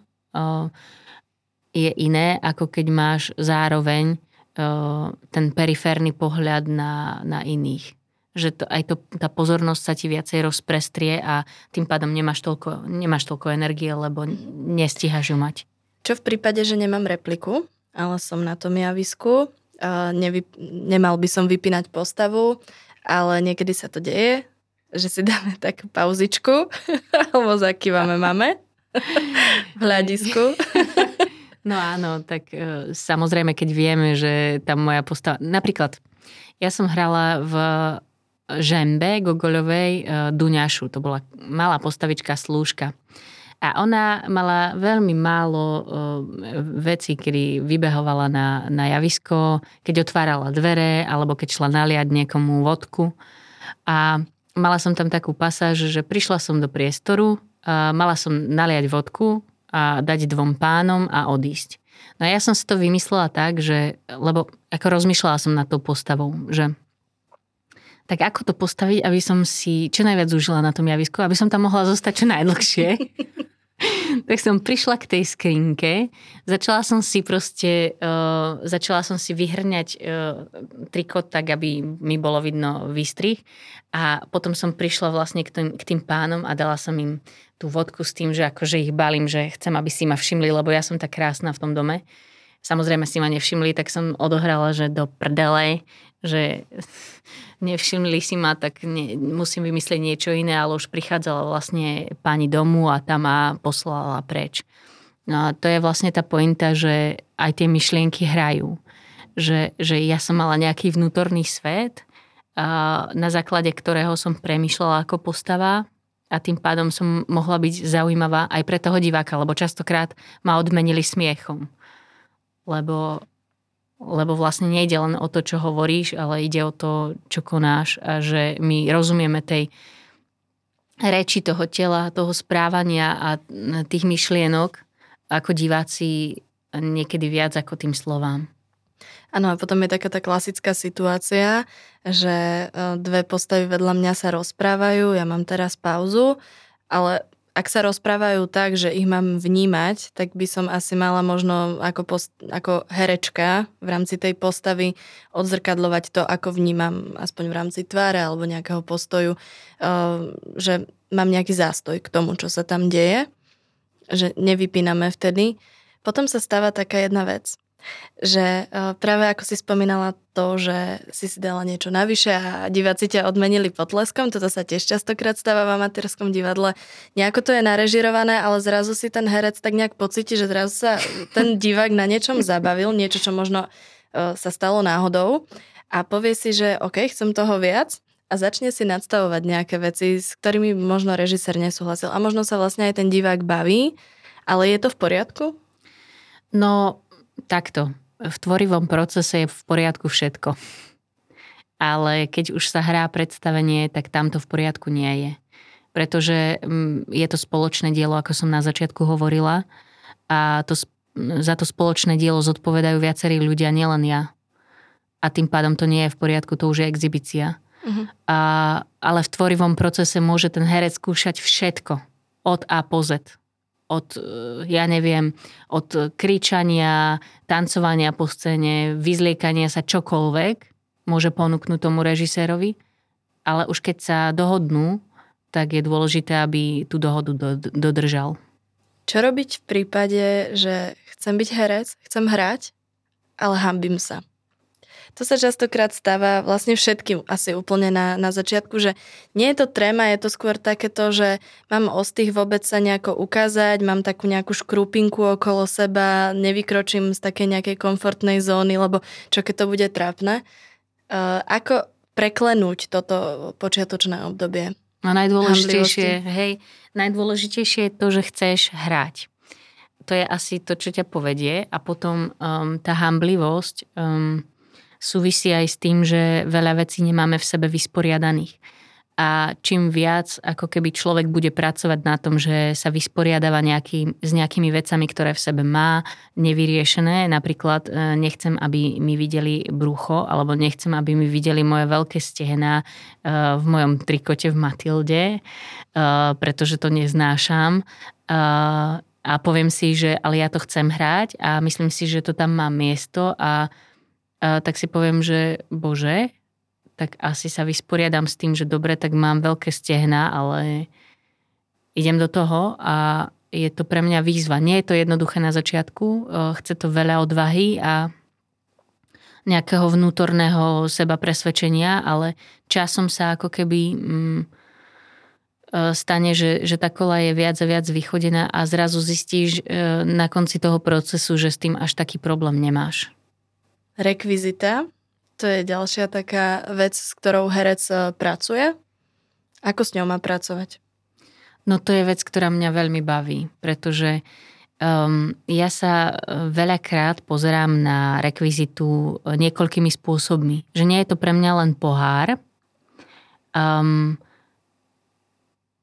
je iné, ako keď máš zároveň ten periférny pohľad na, na iných. Že to, aj to, tá pozornosť sa ti viacej rozprestrie a tým pádom nemáš toľko, nemáš toľko energie, lebo nestíhaš ju mať. Čo v prípade, že nemám repliku, ale som na tom javisku, nevy, nemal by som vypínať postavu, ale niekedy sa to deje, že si dáme takú pauzičku alebo zakývame mame v hľadisku. No áno, tak e, samozrejme, keď vieme, že tá moja postava... Napríklad, ja som hrala v Žembe Gogoľovej e, Duňašu. To bola malá postavička slúžka. A ona mala veľmi málo e, vecí, kedy vybehovala na, na javisko, keď otvárala dvere, alebo keď šla naliať niekomu vodku. A mala som tam takú pasáž, že prišla som do priestoru, a mala som naliať vodku a dať dvom pánom a odísť. No a ja som si to vymyslela tak, že, lebo ako rozmýšľala som nad tou postavou, že tak ako to postaviť, aby som si čo najviac užila na tom javisku, aby som tam mohla zostať čo najdlhšie. Tak som prišla k tej skrinke, začala som si proste, uh, začala som si vyhrňať uh, trikot tak, aby mi bolo vidno výstrih a potom som prišla vlastne k tým, k tým pánom a dala som im tú vodku s tým, že akože ich balím, že chcem, aby si ma všimli, lebo ja som tak krásna v tom dome. Samozrejme si ma nevšimli, tak som odohrala, že do prdele, že nevšimli si ma, tak ne, musím vymyslieť niečo iné, ale už prichádzala vlastne pani domu a tá ma poslala preč. No a to je vlastne tá pointa, že aj tie myšlienky hrajú. Že, že ja som mala nejaký vnútorný svet, a na základe ktorého som premýšľala ako postava a tým pádom som mohla byť zaujímavá aj pre toho diváka, lebo častokrát ma odmenili smiechom. Lebo Lebo vlastne nejde len o to, čo hovoríš, ale ide o to, čo konáš a že my rozumieme tej reči toho tela, toho správania a tých myšlienok ako diváci niekedy viac ako tým slovám. Áno, a potom je taká tá klasická situácia, že dve postavy vedľa mňa sa rozprávajú, ja mám teraz pauzu, ale ak sa rozprávajú tak, že ich mám vnímať, tak by som asi mala možno ako, post, ako herečka v rámci tej postavy odzrkadľovať to, ako vnímam aspoň v rámci tváre alebo nejakého postoju, že mám nejaký zástoj k tomu, čo sa tam deje, že nevypíname vtedy. Potom sa stáva taká jedna vec, že práve ako si spomínala to, že si si dala niečo navyše a diváci ťa odmenili potleskom, toto sa tiež častokrát stáva v amatérskom divadle. Nejako to je narežirované, ale zrazu si ten herec tak nejak pocíti, že zrazu sa ten divák na niečom zabavil, niečo, čo možno sa stalo náhodou a povie si, že OK, chcem toho viac a začne si nadstavovať nejaké veci, s ktorými možno režisér nesúhlasil a možno sa vlastne aj ten divák baví, ale je to v poriadku? No, takto. V tvorivom procese je v poriadku všetko. Ale keď už sa hrá predstavenie, tak tam to v poriadku nie je. Pretože je to spoločné dielo, ako som na začiatku hovorila. A to, za to spoločné dielo zodpovedajú viacerí ľudia, nielen ja. A tým pádom to nie je v poriadku, to už je exhibícia. Uh-huh. A, ale v tvorivom procese môže ten herec skúšať všetko. Od A po Z. Od, ja neviem, od kričania, tancovania po scéne, vyzliekania sa čokoľvek môže ponúknuť tomu režisérovi, ale už keď sa dohodnú, tak je dôležité, aby tú dohodu dodržal. Čo robiť v prípade, že chcem byť herec, chcem hrať, ale hanbím sa? To sa častokrát stáva vlastne všetkým asi úplne na, na začiatku, že nie je to tréma, je to skôr takéto, že mám ostých vôbec sa nejako ukázať, mám takú nejakú škrupinku okolo seba, nevykročím z takej nejakej komfortnej zóny, lebo čo keď to bude trápne. Uh, ako preklenúť toto počiatočné obdobie? No najdôležitejšie, hej, najdôležitejšie je to, že chceš hrať. To je asi to, čo ťa povedie a potom um, tá hamblivosť um, súvisí aj s tým, že veľa vecí nemáme v sebe vysporiadaných. A čím viac ako keby človek bude pracovať na tom, že sa vysporiadáva nejaký, s nejakými vecami, ktoré v sebe má nevyriešené, napríklad nechcem, aby mi videli brucho, alebo nechcem, aby mi videli moje veľké stehná v mojom trikote v Matilde, pretože to neznášam. A poviem si, že ale ja to chcem hrať a myslím si, že to tam má miesto a A tak si poviem, že bože, tak asi sa vysporiadam s tým, že dobre, tak mám veľké stehná, ale idem do toho a je to pre mňa výzva. Nie je to jednoduché na začiatku, chce to veľa odvahy a nejakého vnútorného seba presvedčenia, ale časom sa ako keby mm, stane, že, že tá kola je viac a viac vychodená a zrazu zistíš na konci toho procesu, že s tým až taký problém nemáš. Rekvizita, to je ďalšia taká vec, s ktorou herec pracuje. Ako s ňou má pracovať? No to je vec, ktorá mňa veľmi baví, pretože um, ja sa veľakrát pozerám na rekvizitu niekoľkými spôsobmi. Že nie je to pre mňa len pohár, um,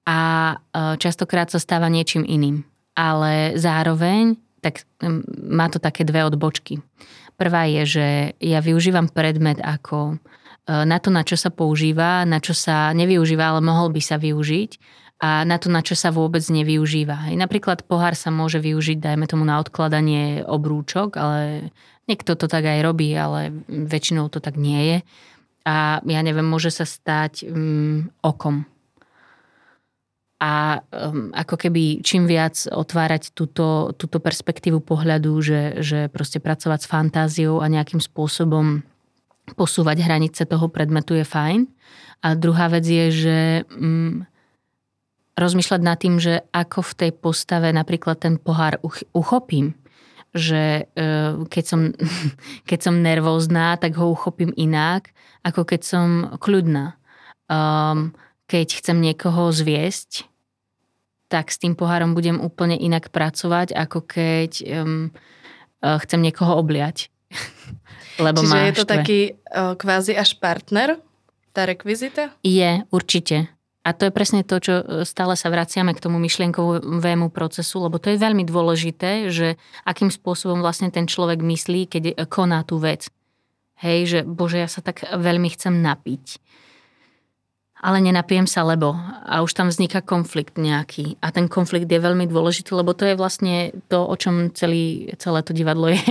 a častokrát sa stáva niečím iným. Ale zároveň tak má to také dve odbočky. Prvá je, že ja využívam predmet ako na to, na čo sa používa, na čo sa nevyužíva, ale mohol by sa využiť a na to, na čo sa vôbec nevyužíva. Hej. Napríklad pohár sa môže využiť, dajme tomu na odkladanie obrúčok, ale niekto to tak aj robí, ale väčšinou to tak nie je. A ja neviem, môže sa stať um, okom. A um, ako keby čím viac otvárať túto, túto perspektívu pohľadu, že, že proste pracovať s fantáziou a nejakým spôsobom posúvať hranice toho predmetu je fajn. A druhá vec je, že um, rozmýšľať nad tým, že ako v tej postave napríklad ten pohár uch- uchopím. Že uh, keď, som, keď som nervózna, tak ho uchopím inak, ako keď som kľudná. Um, keď chcem niekoho zviesť, tak s tým pohárom budem úplne inak pracovať, ako keď um, chcem niekoho obliať. Lebo Čiže má je to štve. taký uh, kvázi až partner, tá rekvizita? Je, určite. A to je presne to, čo stále sa vraciame k tomu myšlienkovému procesu, lebo to je veľmi dôležité, že akým spôsobom vlastne ten človek myslí, keď koná tú vec. Hej, že bože, ja sa tak veľmi chcem napiť. Ale nenapijem sa, lebo. A už tam vzniká konflikt nejaký. A ten konflikt je veľmi dôležitý, lebo to je vlastne to, o čom celý, celé to divadlo je.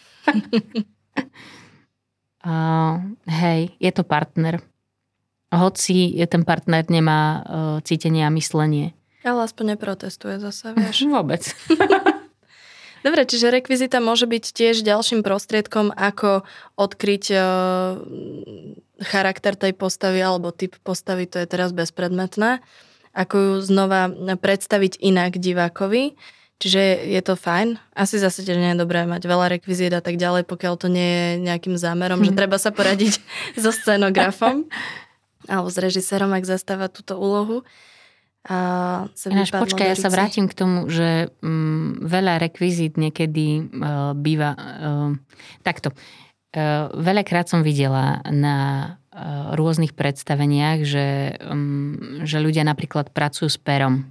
uh, hej, je to partner. Hoci ten partner nemá uh, cítenie a myslenie. Ale aspoň neprotestuje zase, vieš. Vôbec. Dobre, čiže rekvizita môže byť tiež ďalším prostriedkom, ako odkryť uh, charakter tej postavy alebo typ postavy, to je teraz bezpredmetné. Ako ju znova predstaviť inak divákovi. Čiže je to fajn. Asi zase tiež nie je dobré mať veľa rekvizít a tak ďalej, pokiaľ to nie je nejakým zámerom, že treba sa poradiť so scenografom alebo s režisérom, ak zastáva túto úlohu. A Ináč, počkaj, ja sa vrátim k tomu, že um, veľa rekvizít niekedy uh, býva uh, takto. Uh, veľakrát som videla na uh, rôznych predstaveniach, že, um, že ľudia napríklad pracujú s perom.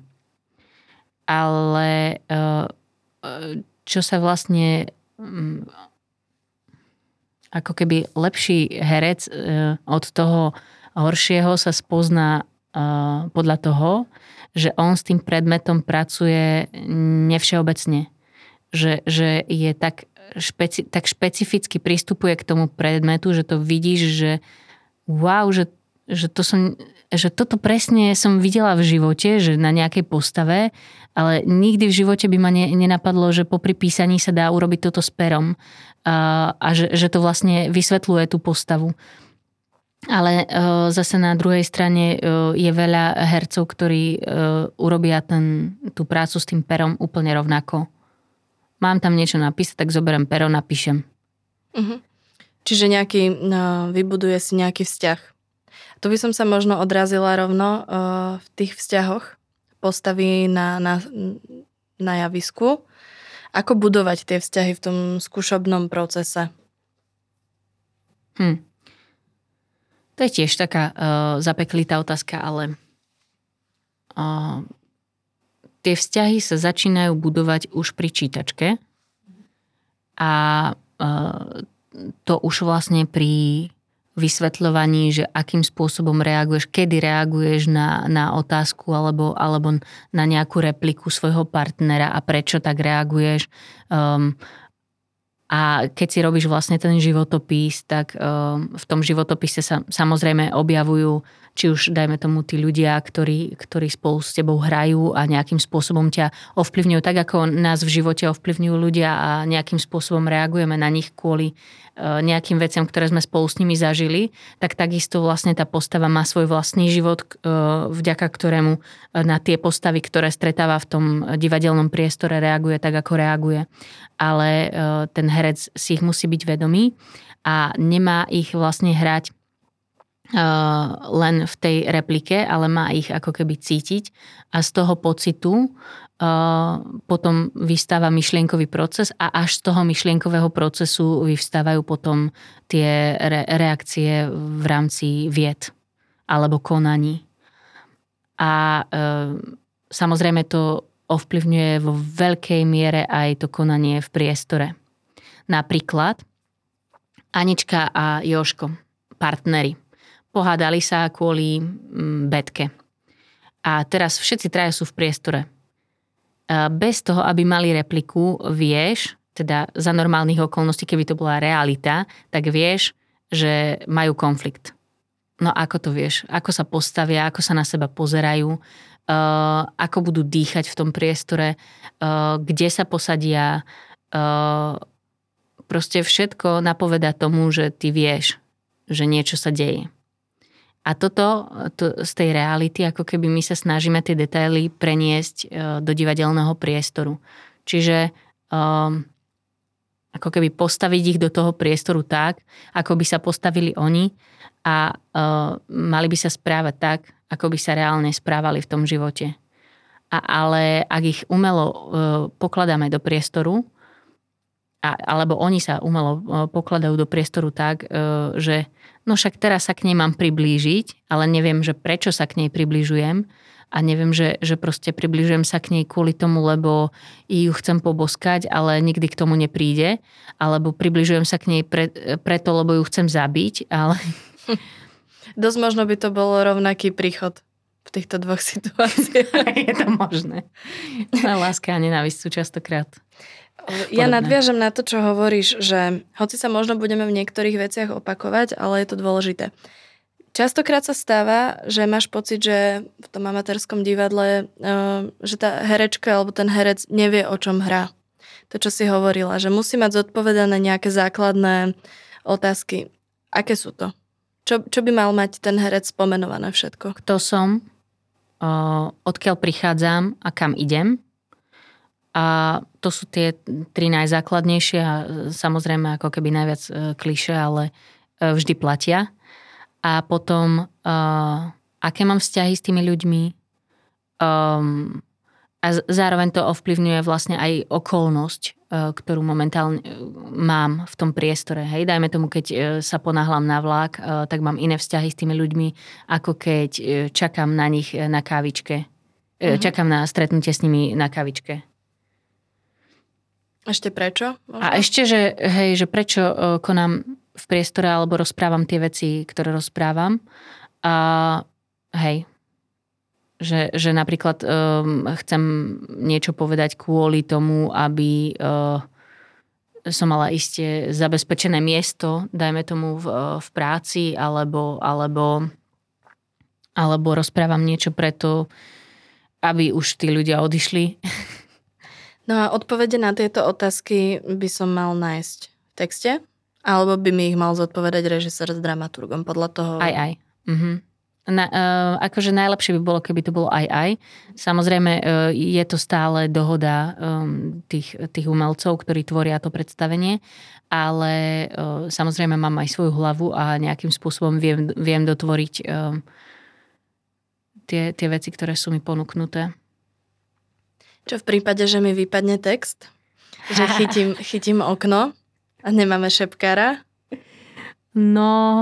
Ale uh, čo sa vlastne um, ako keby lepší herec uh, od toho horšieho sa spozná uh, podľa toho, že on s tým predmetom pracuje nevšeobecne. Že, že je tak, špeci, tak špecificky pristupuje k tomu predmetu, že to vidíš, že wow, že, že, to som, že toto presne som videla v živote, že na nejakej postave, ale nikdy v živote by ma ne, nenapadlo, že popri písaní sa dá urobiť toto s perom a, a že, že to vlastne vysvetľuje tú postavu. Ale uh, zase na druhej strane uh, je veľa hercov, ktorí uh, urobia ten, tú prácu s tým perom úplne rovnako. Mám tam niečo napísať, tak zoberiem pero, napíšem. Uh-huh. Čiže nejaký, no, vybuduje si nejaký vzťah. Tu by som sa možno odrazila rovno uh, v tých vzťahoch postaví na, na, na javisku. Ako budovať tie vzťahy v tom skúšobnom procese? Hm. To je tiež taká uh, zapeklitá otázka, ale uh, tie vzťahy sa začínajú budovať už pri čítačke a uh, to už vlastne pri vysvetľovaní, že akým spôsobom reaguješ, kedy reaguješ na, na otázku alebo, alebo na nejakú repliku svojho partnera a prečo tak reaguješ. Um, A keď si robíš vlastne ten životopis, tak um, v tom životopise sa samozrejme objavujú, či už dajme tomu tí ľudia, ktorí, ktorí spolu s tebou hrajú a nejakým spôsobom ťa ovplyvňujú, tak ako nás v živote ovplyvňujú ľudia a nejakým spôsobom reagujeme na nich kvôli uh, nejakým veciam, ktoré sme spolu s nimi zažili, tak takisto vlastne tá postava má svoj vlastný život, uh, vďaka ktorému na tie postavy, ktoré stretáva v tom divadelnom priestore, reaguje tak, ako reaguje. Ale ten herec si ich musí byť vedomý a nemá ich vlastne hrať len v tej replike, ale má ich ako keby cítiť a z toho pocitu potom vystáva myšlienkový proces a až z toho myšlienkového procesu vyvstávajú potom tie re- reakcie v rámci vied alebo konaní. A e, samozrejme to ovplyvňuje vo veľkej miere aj to konanie v priestore. Napríklad Anička a Jožko, partneri, pohádali sa kvôli mm, betke. A teraz všetci traja sú v priestore. Bez toho, aby mali repliku, vieš, teda za normálnych okolností, keby to bola realita, tak vieš, že majú konflikt. No ako to vieš? Ako sa postavia, ako sa na seba pozerajú, uh, ako budú dýchať v tom priestore, uh, kde sa posadia. Uh, proste všetko napovedá tomu, že ty vieš, že niečo sa deje. A toto to, z tej reality, ako keby my sa snažíme tie detaily preniesť uh, do divadelného priestoru. Čiže um, ako keby postaviť ich do toho priestoru tak, ako by sa postavili oni a uh, mali by sa správať tak, ako by sa reálne správali v tom živote. A, ale ak ich umelo uh, pokladáme do priestoru, a, alebo oni sa umelo uh, pokladajú do priestoru tak, uh, že no však teraz sa k nej mám priblížiť, ale neviem, že prečo sa k nej približujem a neviem, že, že proste približujem sa k nej kvôli tomu, lebo ju chcem poboskať, ale nikdy k tomu nepríde, alebo približujem sa k nej pre, preto, lebo ju chcem zabiť, ale... Dosť možno by to bolo rovnaký príchod v týchto dvoch situáciách. Je to možné. Láska a nenávisť sú častokrát Ja podobné. nadviažem na to, čo hovoríš, že hoci sa možno budeme v niektorých veciach opakovať, ale je to dôležité. Častokrát sa stáva, že máš pocit, že v tom amatérskom divadle, že tá herečka alebo ten herec nevie, o čom hrá. To, čo si hovorila, že musí mať zodpovedané nejaké základné otázky. Aké sú to? Čo, čo by mal mať ten herec spomenované všetko? Kto som, odkiaľ prichádzam a kam idem. A to sú tie tri najzákladnejšie a samozrejme ako keby najviac klišé, ale vždy platia. A potom, uh, aké mám vzťahy s tými ľuďmi. Um, a zároveň to ovplyvňuje vlastne aj okolnosť, uh, ktorú momentálne mám v tom priestore. Hej, dajme tomu, keď uh, sa ponáhľam na vlak, uh, tak mám iné vzťahy s tými ľuďmi, ako keď uh, čakám na nich na kávičke. Uh, mm-hmm. Čakám na stretnutie s nimi na kávičke. Ešte prečo? Možno? A ešte, že, hej, že prečo uh, konám v priestore alebo rozprávam tie veci, ktoré rozprávam. A hej, že, že napríklad um, chcem niečo povedať kvôli tomu, aby uh, som mala iste zabezpečené miesto, dajme tomu v, uh, v práci, alebo, alebo, alebo rozprávam niečo preto, aby už tí ľudia odišli. No a odpovede na tieto otázky by som mal nájsť v texte? Alebo by mi ich mal zodpovedať režisér s dramaturgom, podľa toho... Aj, aj. Mhm. Na, uh, akože najlepšie by bolo, keby to bolo aj, aj. Samozrejme, uh, je to stále dohoda um, tých, tých umelcov, ktorí tvoria to predstavenie, ale uh, samozrejme mám aj svoju hlavu a nejakým spôsobom viem, viem dotvoriť um, tie, tie veci, ktoré sú mi ponúknuté. Čo v prípade, že mi vypadne text? Že chytím, chytím okno? A nemáme šepkára? No...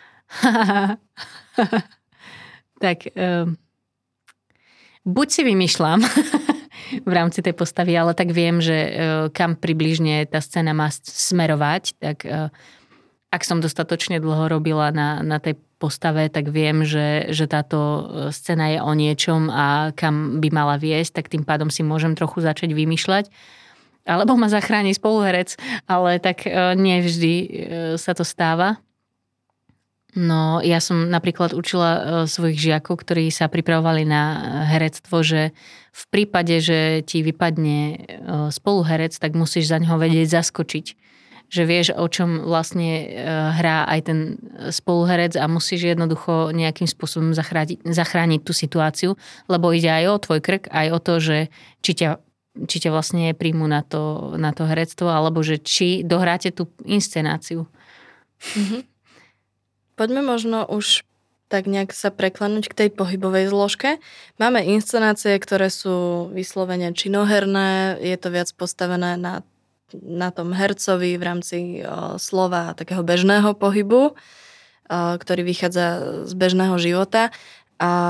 tak... Um, buď si vymýšľam v rámci tej postavy, ale tak viem, že uh, kam približne tá scéna má smerovať. Tak uh, ak som dostatočne dlho robila na, na tej postave, tak viem, že, že táto scéna je o niečom a kam by mala viesť, tak tým pádom si môžem trochu začať vymýšľať. Alebo ma zachráni spoluherec, ale tak nie vždy sa to stáva. No, ja som napríklad učila svojich žiakov, ktorí sa pripravovali na herectvo, že v prípade, že ti vypadne spoluherec, tak musíš za ňoho vedieť zaskočiť. Že vieš, o čom vlastne hrá aj ten spoluherec a musíš jednoducho nejakým spôsobom zachrániť, zachrániť tú situáciu, lebo ide aj o tvoj krk, aj o to, že či ťa či ťa vlastne príjmu na to, na to herectvo, alebo že či dohráte tú inscenáciu. Mm-hmm. Poďme možno už tak nejak sa preklenúť k tej pohybovej zložke. Máme inscenácie, ktoré sú vyslovene činoherné, je to viac postavené na, na tom hercovi v rámci o, slova takého bežného pohybu, o, ktorý vychádza z bežného života. A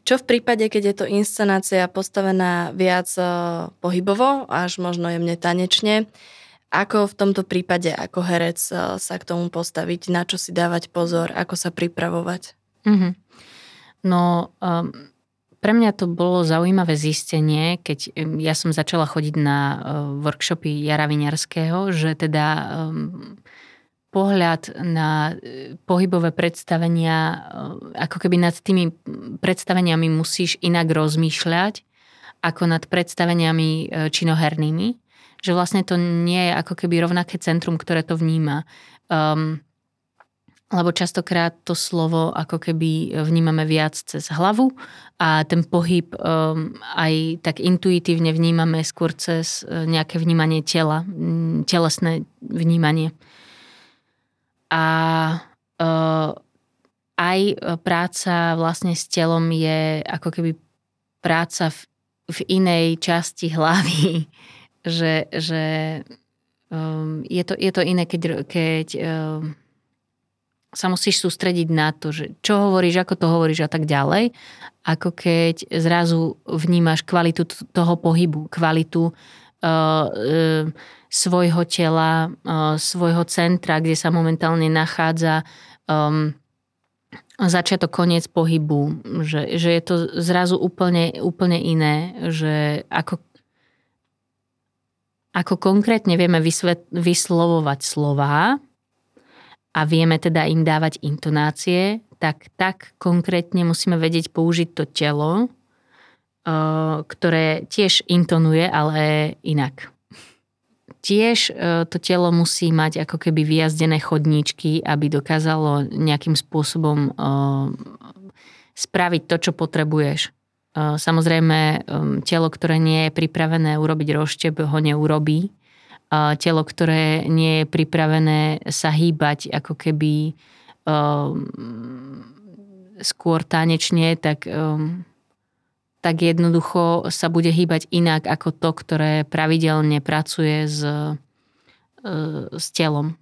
Čo v prípade, keď je to inscenácia postavená viac pohybovo, až možno jemne tanečne, ako v tomto prípade ako herec sa k tomu postaviť, na čo si dávať pozor, ako sa pripravovať? Mm-hmm. No, um, pre mňa to bolo zaujímavé zistenie, keď ja som začala chodiť na uh, workshopy Jara Viňarského, že teda um, pohľad na pohybové predstavenia, uh, ako keby nad tými predstaveniami musíš inak rozmýšľať, ako nad predstaveniami uh, činohernými. Že vlastne to nie je ako keby rovnaké centrum, ktoré to vníma. Um, lebo častokrát to slovo ako keby vnímame viac cez hlavu a ten pohyb um, aj tak intuitívne vnímame skôr cez nejaké vnímanie tela, telesné vnímanie. A uh, aj práca vlastne s telom je ako keby práca v, v inej časti hlavy. Že, že um, je, to, je to iné, keď, keď um, sa musíš sústrediť na to, že čo hovoríš, ako to hovoríš a tak ďalej, ako keď zrazu vnímaš kvalitu toho pohybu, kvalitu uh, uh, svojho tela, uh, svojho centra, kde sa momentálne nachádza um, začiatok, koniec pohybu. Že, že je to zrazu úplne, úplne iné, že ako Ako konkrétne vieme vysvet, vyslovovať slová a vieme teda im dávať intonácie, tak tak konkrétne musíme vedieť použiť to telo, ktoré tiež intonuje, ale inak. Tiež to telo musí mať ako keby vyjazdené chodníčky, aby dokázalo nejakým spôsobom spraviť to, čo potrebuješ. Samozrejme, telo, ktoré nie je pripravené urobiť rozštep, ho neurobí. Telo, ktoré nie je pripravené sa hýbať ako keby skôr tanečne, tak, tak jednoducho sa bude hýbať inak ako to, ktoré pravidelne pracuje s, s telom.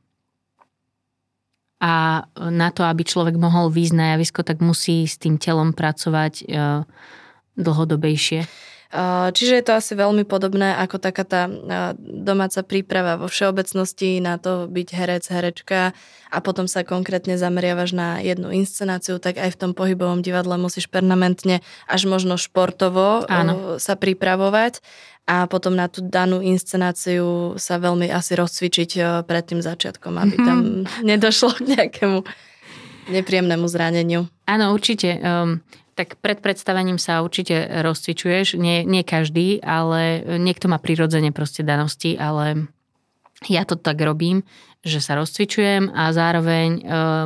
A na to, aby človek mohol výjsť na javisko, tak musí s tým telom pracovať dlhodobejšie. Čiže je to asi veľmi podobné ako taká tá domáca príprava vo všeobecnosti na to byť herec, herečka a potom sa konkrétne zameriavaš na jednu inscenáciu, tak aj v tom pohybovom divadle musíš permanentne až možno športovo Áno. sa pripravovať a potom na tú danú inscenáciu sa veľmi asi rozcvičiť pred tým začiatkom, aby tam nedošlo k nejakému nepríjemnému zraneniu. Áno, určite. Um... Tak pred predstavením sa určite rozcvičuješ, nie, nie každý, ale niekto má prirodzene proste danosti, ale ja to tak robím, že sa rozcvičujem a zároveň um,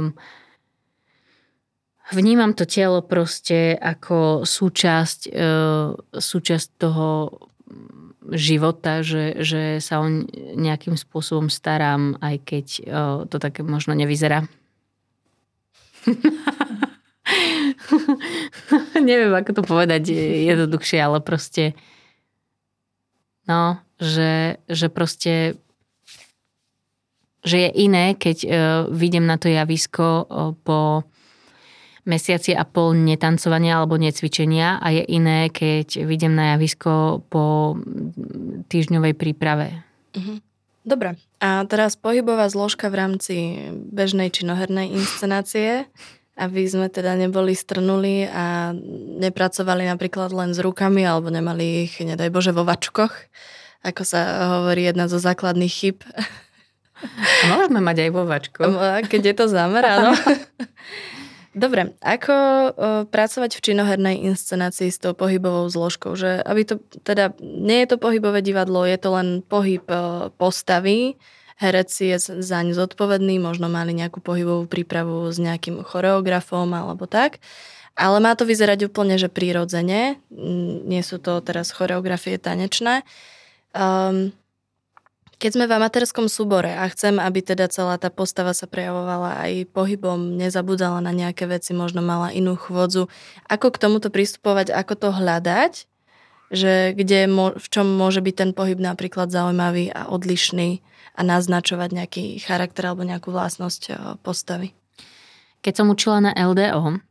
vnímam to telo proste ako súčasť, uh, súčasť toho života, že, že sa o nejakým spôsobom starám, aj keď uh, to tak možno nevyzerá. Neviem, ako to povedať jednoduchšie, ale proste no, že, že proste že je iné, keď uh, vidím na to javisko uh, po mesiaci a pol netancovania alebo necvičenia a je iné, keď vidím na javisko po týždňovej príprave. Mhm. Dobre. A teraz pohybová zložka v rámci bežnej činohernej inscenácie, aby sme teda neboli strnuli a nepracovali napríklad len s rukami alebo nemali ich, nedaj Bože, vo vačkoch, ako sa hovorí jedna zo základných chyb. A môžeme mať aj vo vačkoch. Keď je to zámer, áno. Dobre, ako pracovať v činohernej inscenácii s tou pohybovou zložkou? Že aby to, teda nie je to pohybové divadlo, je to len pohyb postavy, herec je zaň zodpovedný, možno mali nejakú pohybovú prípravu s nejakým choreografom alebo tak. Ale má to vyzerať úplne, že prirodzene. Nie sú to teraz choreografie tanečné. Um, keď sme v amatérskom súbore a chcem, aby teda celá tá postava sa prejavovala aj pohybom, nezabudala na nejaké veci, možno mala inú chôdzu, ako k tomuto pristupovať, ako to hľadať, že kde, v čom môže byť ten pohyb napríklad zaujímavý a odlišný a naznačovať nejaký charakter alebo nejakú vlastnosť postavy. Keď som učila na el dé ó,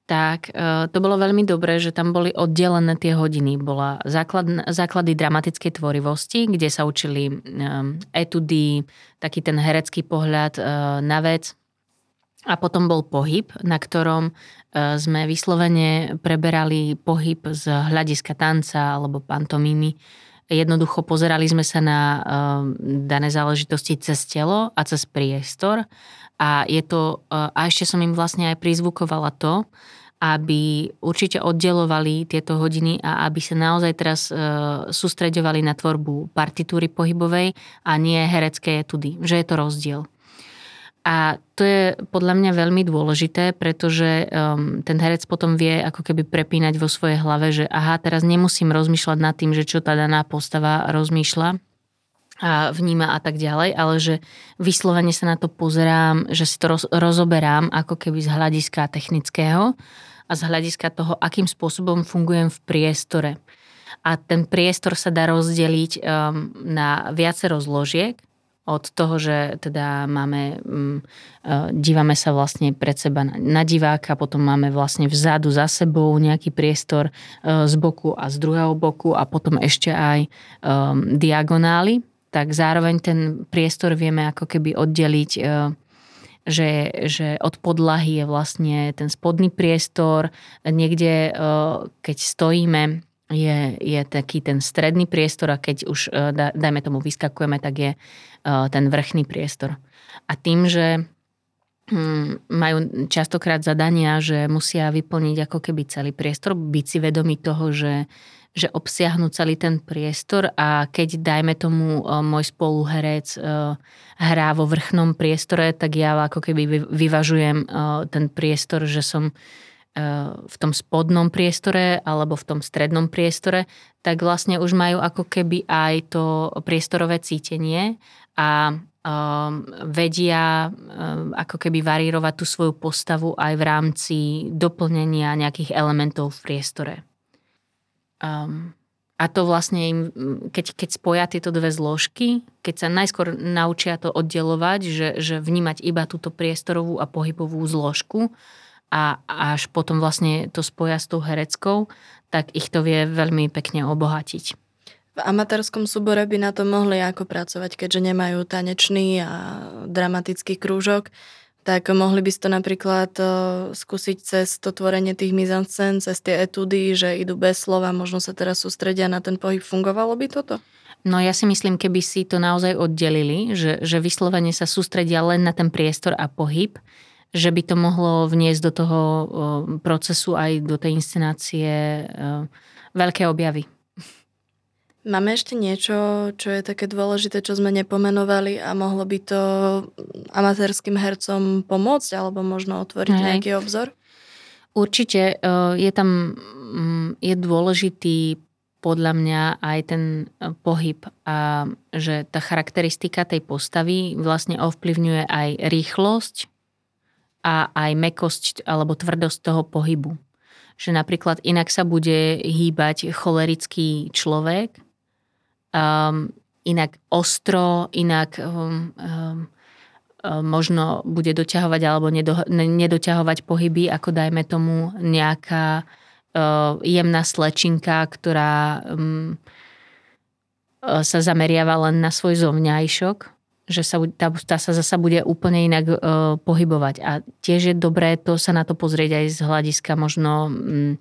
tak to bolo veľmi dobré, že tam boli oddelené tie hodiny. Bola základ, základy dramatickej tvorivosti, kde sa učili etudy, taký ten herecký pohľad na vec. A potom bol pohyb, na ktorom sme vyslovene preberali pohyb z hľadiska tanca alebo pantomímy. Jednoducho pozerali sme sa na dané záležitosti cez telo a cez priestor. A je to, a ešte som im vlastne aj prizvukovala to, aby určite oddelovali tieto hodiny a aby sa naozaj teraz sústreďovali na tvorbu partitúry pohybovej a nie herecké etudy, že je to rozdiel. A to je podľa mňa veľmi dôležité, pretože um, ten herec potom vie ako keby prepínať vo svojej hlave, že aha, teraz nemusím rozmýšľať nad tým, že čo tá daná postava rozmýšľa a vníma a tak ďalej, ale že vyslovene sa na to pozerám, že si to roz, rozoberám ako keby z hľadiska technického a z hľadiska toho, akým spôsobom fungujem v priestore. A ten priestor sa dá rozdeliť um, na viacero zložiek, od toho, že teda máme, dívame sa vlastne pred seba na diváka, potom máme vlastne vzadu za sebou nejaký priestor z boku a z druhého boku a potom ešte aj diagonály, tak zároveň ten priestor vieme ako keby oddeliť, že, že od podlahy je vlastne ten spodný priestor, niekde keď stojíme, Je, je taký ten stredný priestor a keď už, dajme tomu, vyskakujeme, tak je ten vrchný priestor. A tým, že majú častokrát zadania, že musia vyplniť ako keby celý priestor, byť si vedomí toho, že, že obsiahnu celý ten priestor a keď, dajme tomu, môj spoluherec hrá vo vrchnom priestore, tak ja ako keby vyvažujem ten priestor, že som v tom spodnom priestore alebo v tom strednom priestore, tak vlastne už majú ako keby aj to priestorové cítenie a um, vedia um, ako keby varírovať tú svoju postavu aj v rámci doplnenia nejakých elementov v priestore. Um, a to vlastne im, keď, keď spoja tieto dve zložky, keď sa najskôr naučia to oddelovať, že, že vnímať iba túto priestorovú a pohybovú zložku, a až potom vlastne to spoja s tou hereckou, tak ich to vie veľmi pekne obohatiť. V amatérskom súbore by na to mohli ako pracovať, keďže nemajú tanečný a dramatický krúžok, tak mohli by ste to napríklad skúsiť cez to tvorenie tých mise-en-scène, cez tie etudy, že idú bez slova, možno sa teraz sústredia na ten pohyb. Fungovalo by toto? No ja si myslím, keby si to naozaj oddelili, že, že vyslovene sa sústredia len na ten priestor a pohyb, že by to mohlo vniesť do toho procesu aj do tej inscenácie veľké objavy. Máme ešte niečo, čo je také dôležité, čo sme nepomenovali a mohlo by to amatérským hercom pomôcť alebo možno otvoriť Hej. nejaký obzor? Určite je tam, je dôležitý podľa mňa aj ten pohyb a že tá charakteristika tej postavy vlastne ovplyvňuje aj rýchlosť a aj mäkkosť alebo tvrdosť toho pohybu. Že napríklad inak sa bude hýbať cholerický človek, um, inak ostro, inak um, um, možno bude doťahovať alebo nedo, nedoťahovať pohyby, ako dajme tomu nejaká uh, jemná slečinka, ktorá um, sa zameriava len na svoj zovňajšok, že sa, tá, tá sa zasa bude úplne inak e, pohybovať. A tiež je dobré to sa na to pozrieť aj z hľadiska možno, m,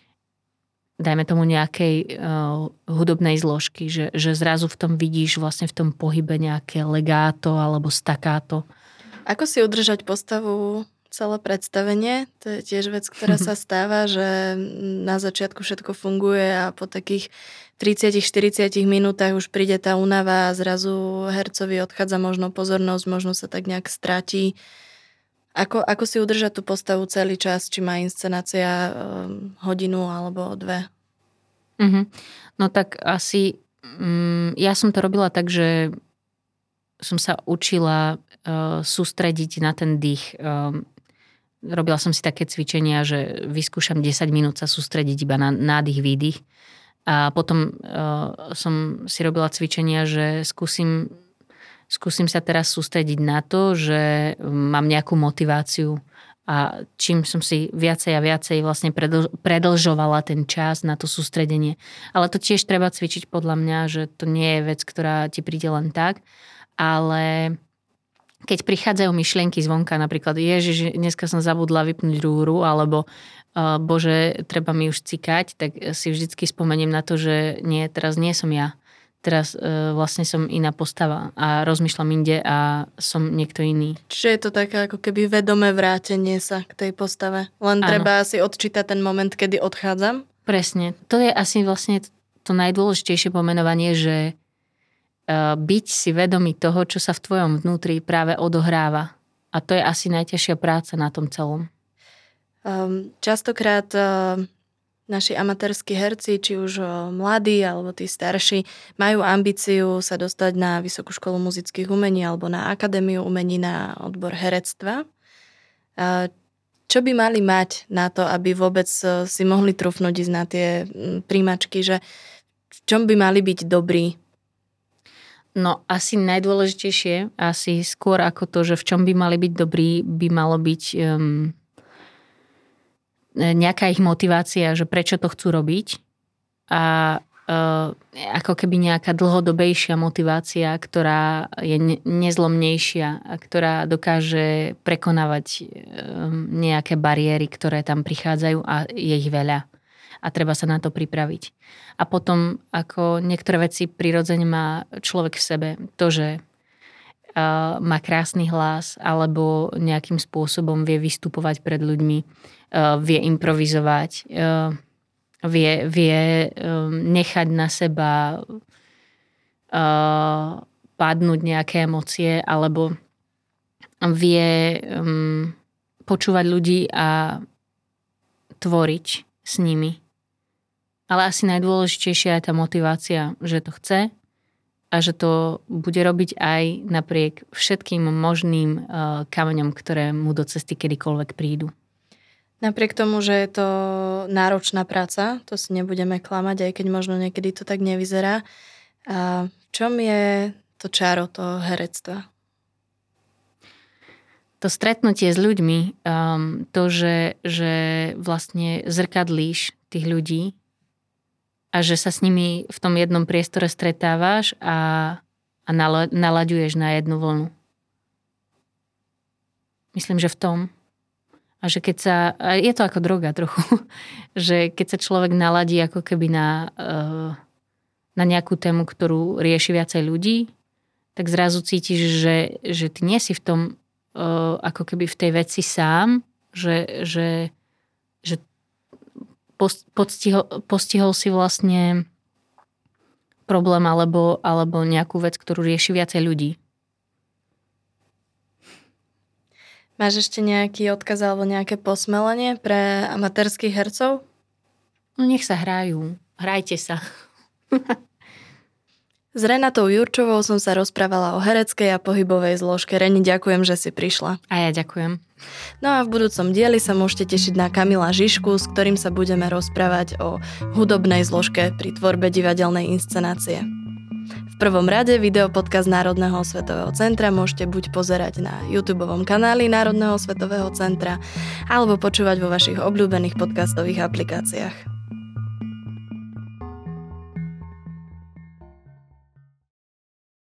dajme tomu nejakej e, hudobnej zložky, že, že zrazu v tom vidíš vlastne v tom pohybe nejaké legato alebo staccato. Ako si udržať postavu celé predstavenie? To je tiež vec, ktorá sa stáva, že na začiatku všetko funguje a po takých tridsať štyridsať minútach už príde tá únava a zrazu hercovi odchádza možno pozornosť, možno sa tak nejak stratí. Ako, ako si udržať tú postavu celý čas? Či má inscenácia um, hodinu alebo dve? Mm-hmm. No tak asi um, ja som to robila tak, že som sa učila uh, sústrediť na ten dých. Um, robila som si také cvičenia, že vyskúšam desať minút sa sústrediť iba na nádych, výdych. A potom uh, som si robila cvičenia, že skúsim, skúsim sa teraz sústrediť na to, že mám nejakú motiváciu A čím som si viacej a viacej vlastne predl- predlžovala ten čas na to sústredenie. Ale to tiež treba cvičiť podľa mňa, že to nie je vec, ktorá ti príde len tak. Ale keď prichádzajú myšlienky zvonka, napríklad ježiš, dneska som zabudla vypnúť rúru, alebo uh, bože, treba mi už cikať, tak si vždycky spomeniem na to, že nie, teraz nie som ja. Teraz uh, vlastne som iná postava a rozmýšľam inde a som niekto iný. Čiže je to také ako keby vedomé vrátenie sa k tej postave. Len Áno. treba si odčítať ten moment, kedy odchádzam. Presne. To je asi vlastne to najdôležitejšie pomenovanie, že uh, byť si vedomý toho, čo sa v tvojom vnútri práve odohráva. A to je asi najťažšia práca na tom celom. Um, častokrát uh, naši amatérski herci, či už mladí alebo tí starší, majú ambíciu sa dostať na Vysokú školu muzických umení alebo na Akadémiu umení na odbor herectva. Čo by mali mať na to, aby vôbec si mohli trúfnuť ísť na tie príjmačky, že v čom by mali byť dobrí? No asi najdôležitejšie, asi skôr ako to, že v čom by mali byť dobrí, by malo byť... Um, nejaká ich motivácia, že prečo to chcú robiť a uh, ako keby nejaká dlhodobejšia motivácia, ktorá je ne- nezlomnejšia a ktorá dokáže prekonávať um, nejaké bariéry, ktoré tam prichádzajú a je ich veľa a treba sa na to pripraviť. A potom ako niektoré veci prirodzene má človek v sebe, to, že uh, má krásny hlas alebo nejakým spôsobom vie vystupovať pred ľuďmi, Uh, vie improvizovať, uh, vie, vie um, nechať na seba uh, padnúť nejaké emócie, alebo vie um, počúvať ľudí a tvoriť s nimi. Ale asi najdôležitejšia je tá motivácia, že to chce a že to bude robiť aj napriek všetkým možným uh, kameňom, ktoré mu do cesty kedykoľvek prídu. Napriek tomu, že je to náročná práca, to si nebudeme klamať, aj keď možno niekedy to tak nevyzerá. A v čom je to čaro toho herectva? To stretnutie s ľuďmi, um, to, že, že vlastne zrkadlíš tých ľudí a že sa s nimi v tom jednom priestore stretávaš a, a nalaďuješ na jednu vlnu. Myslím, že v tom. A že keď sa, je to ako droga trochu, že keď sa človek naladí ako keby na, na nejakú tému, ktorú rieši viacej ľudí, tak zrazu cítiš, že, že ty nie si v tom ako keby v tej veci sám, že, že, že postihol, postihol si vlastne problém alebo, alebo nejakú vec, ktorú rieši viacej ľudí. Máš ešte nejaký odkaz alebo nejaké posmelenie pre amatérskych hercov? No nech sa hrajú. Hrajte sa. S Renatou Jurčovou som sa rozprávala o hereckej a pohybovej zložke. Reni, ďakujem, že si prišla. A ja ďakujem. No a v budúcom dieli sa môžete tešiť na Kamila Žižku, s ktorým sa budeme rozprávať o hudobnej zložke pri tvorbe divadelnej inscenácie. V prvom rade videopodcast Národného osvetového centra môžete buď pozerať na YouTubeovom kanáli Národného osvetového centra alebo počúvať vo vašich obľúbených podcastových aplikáciách.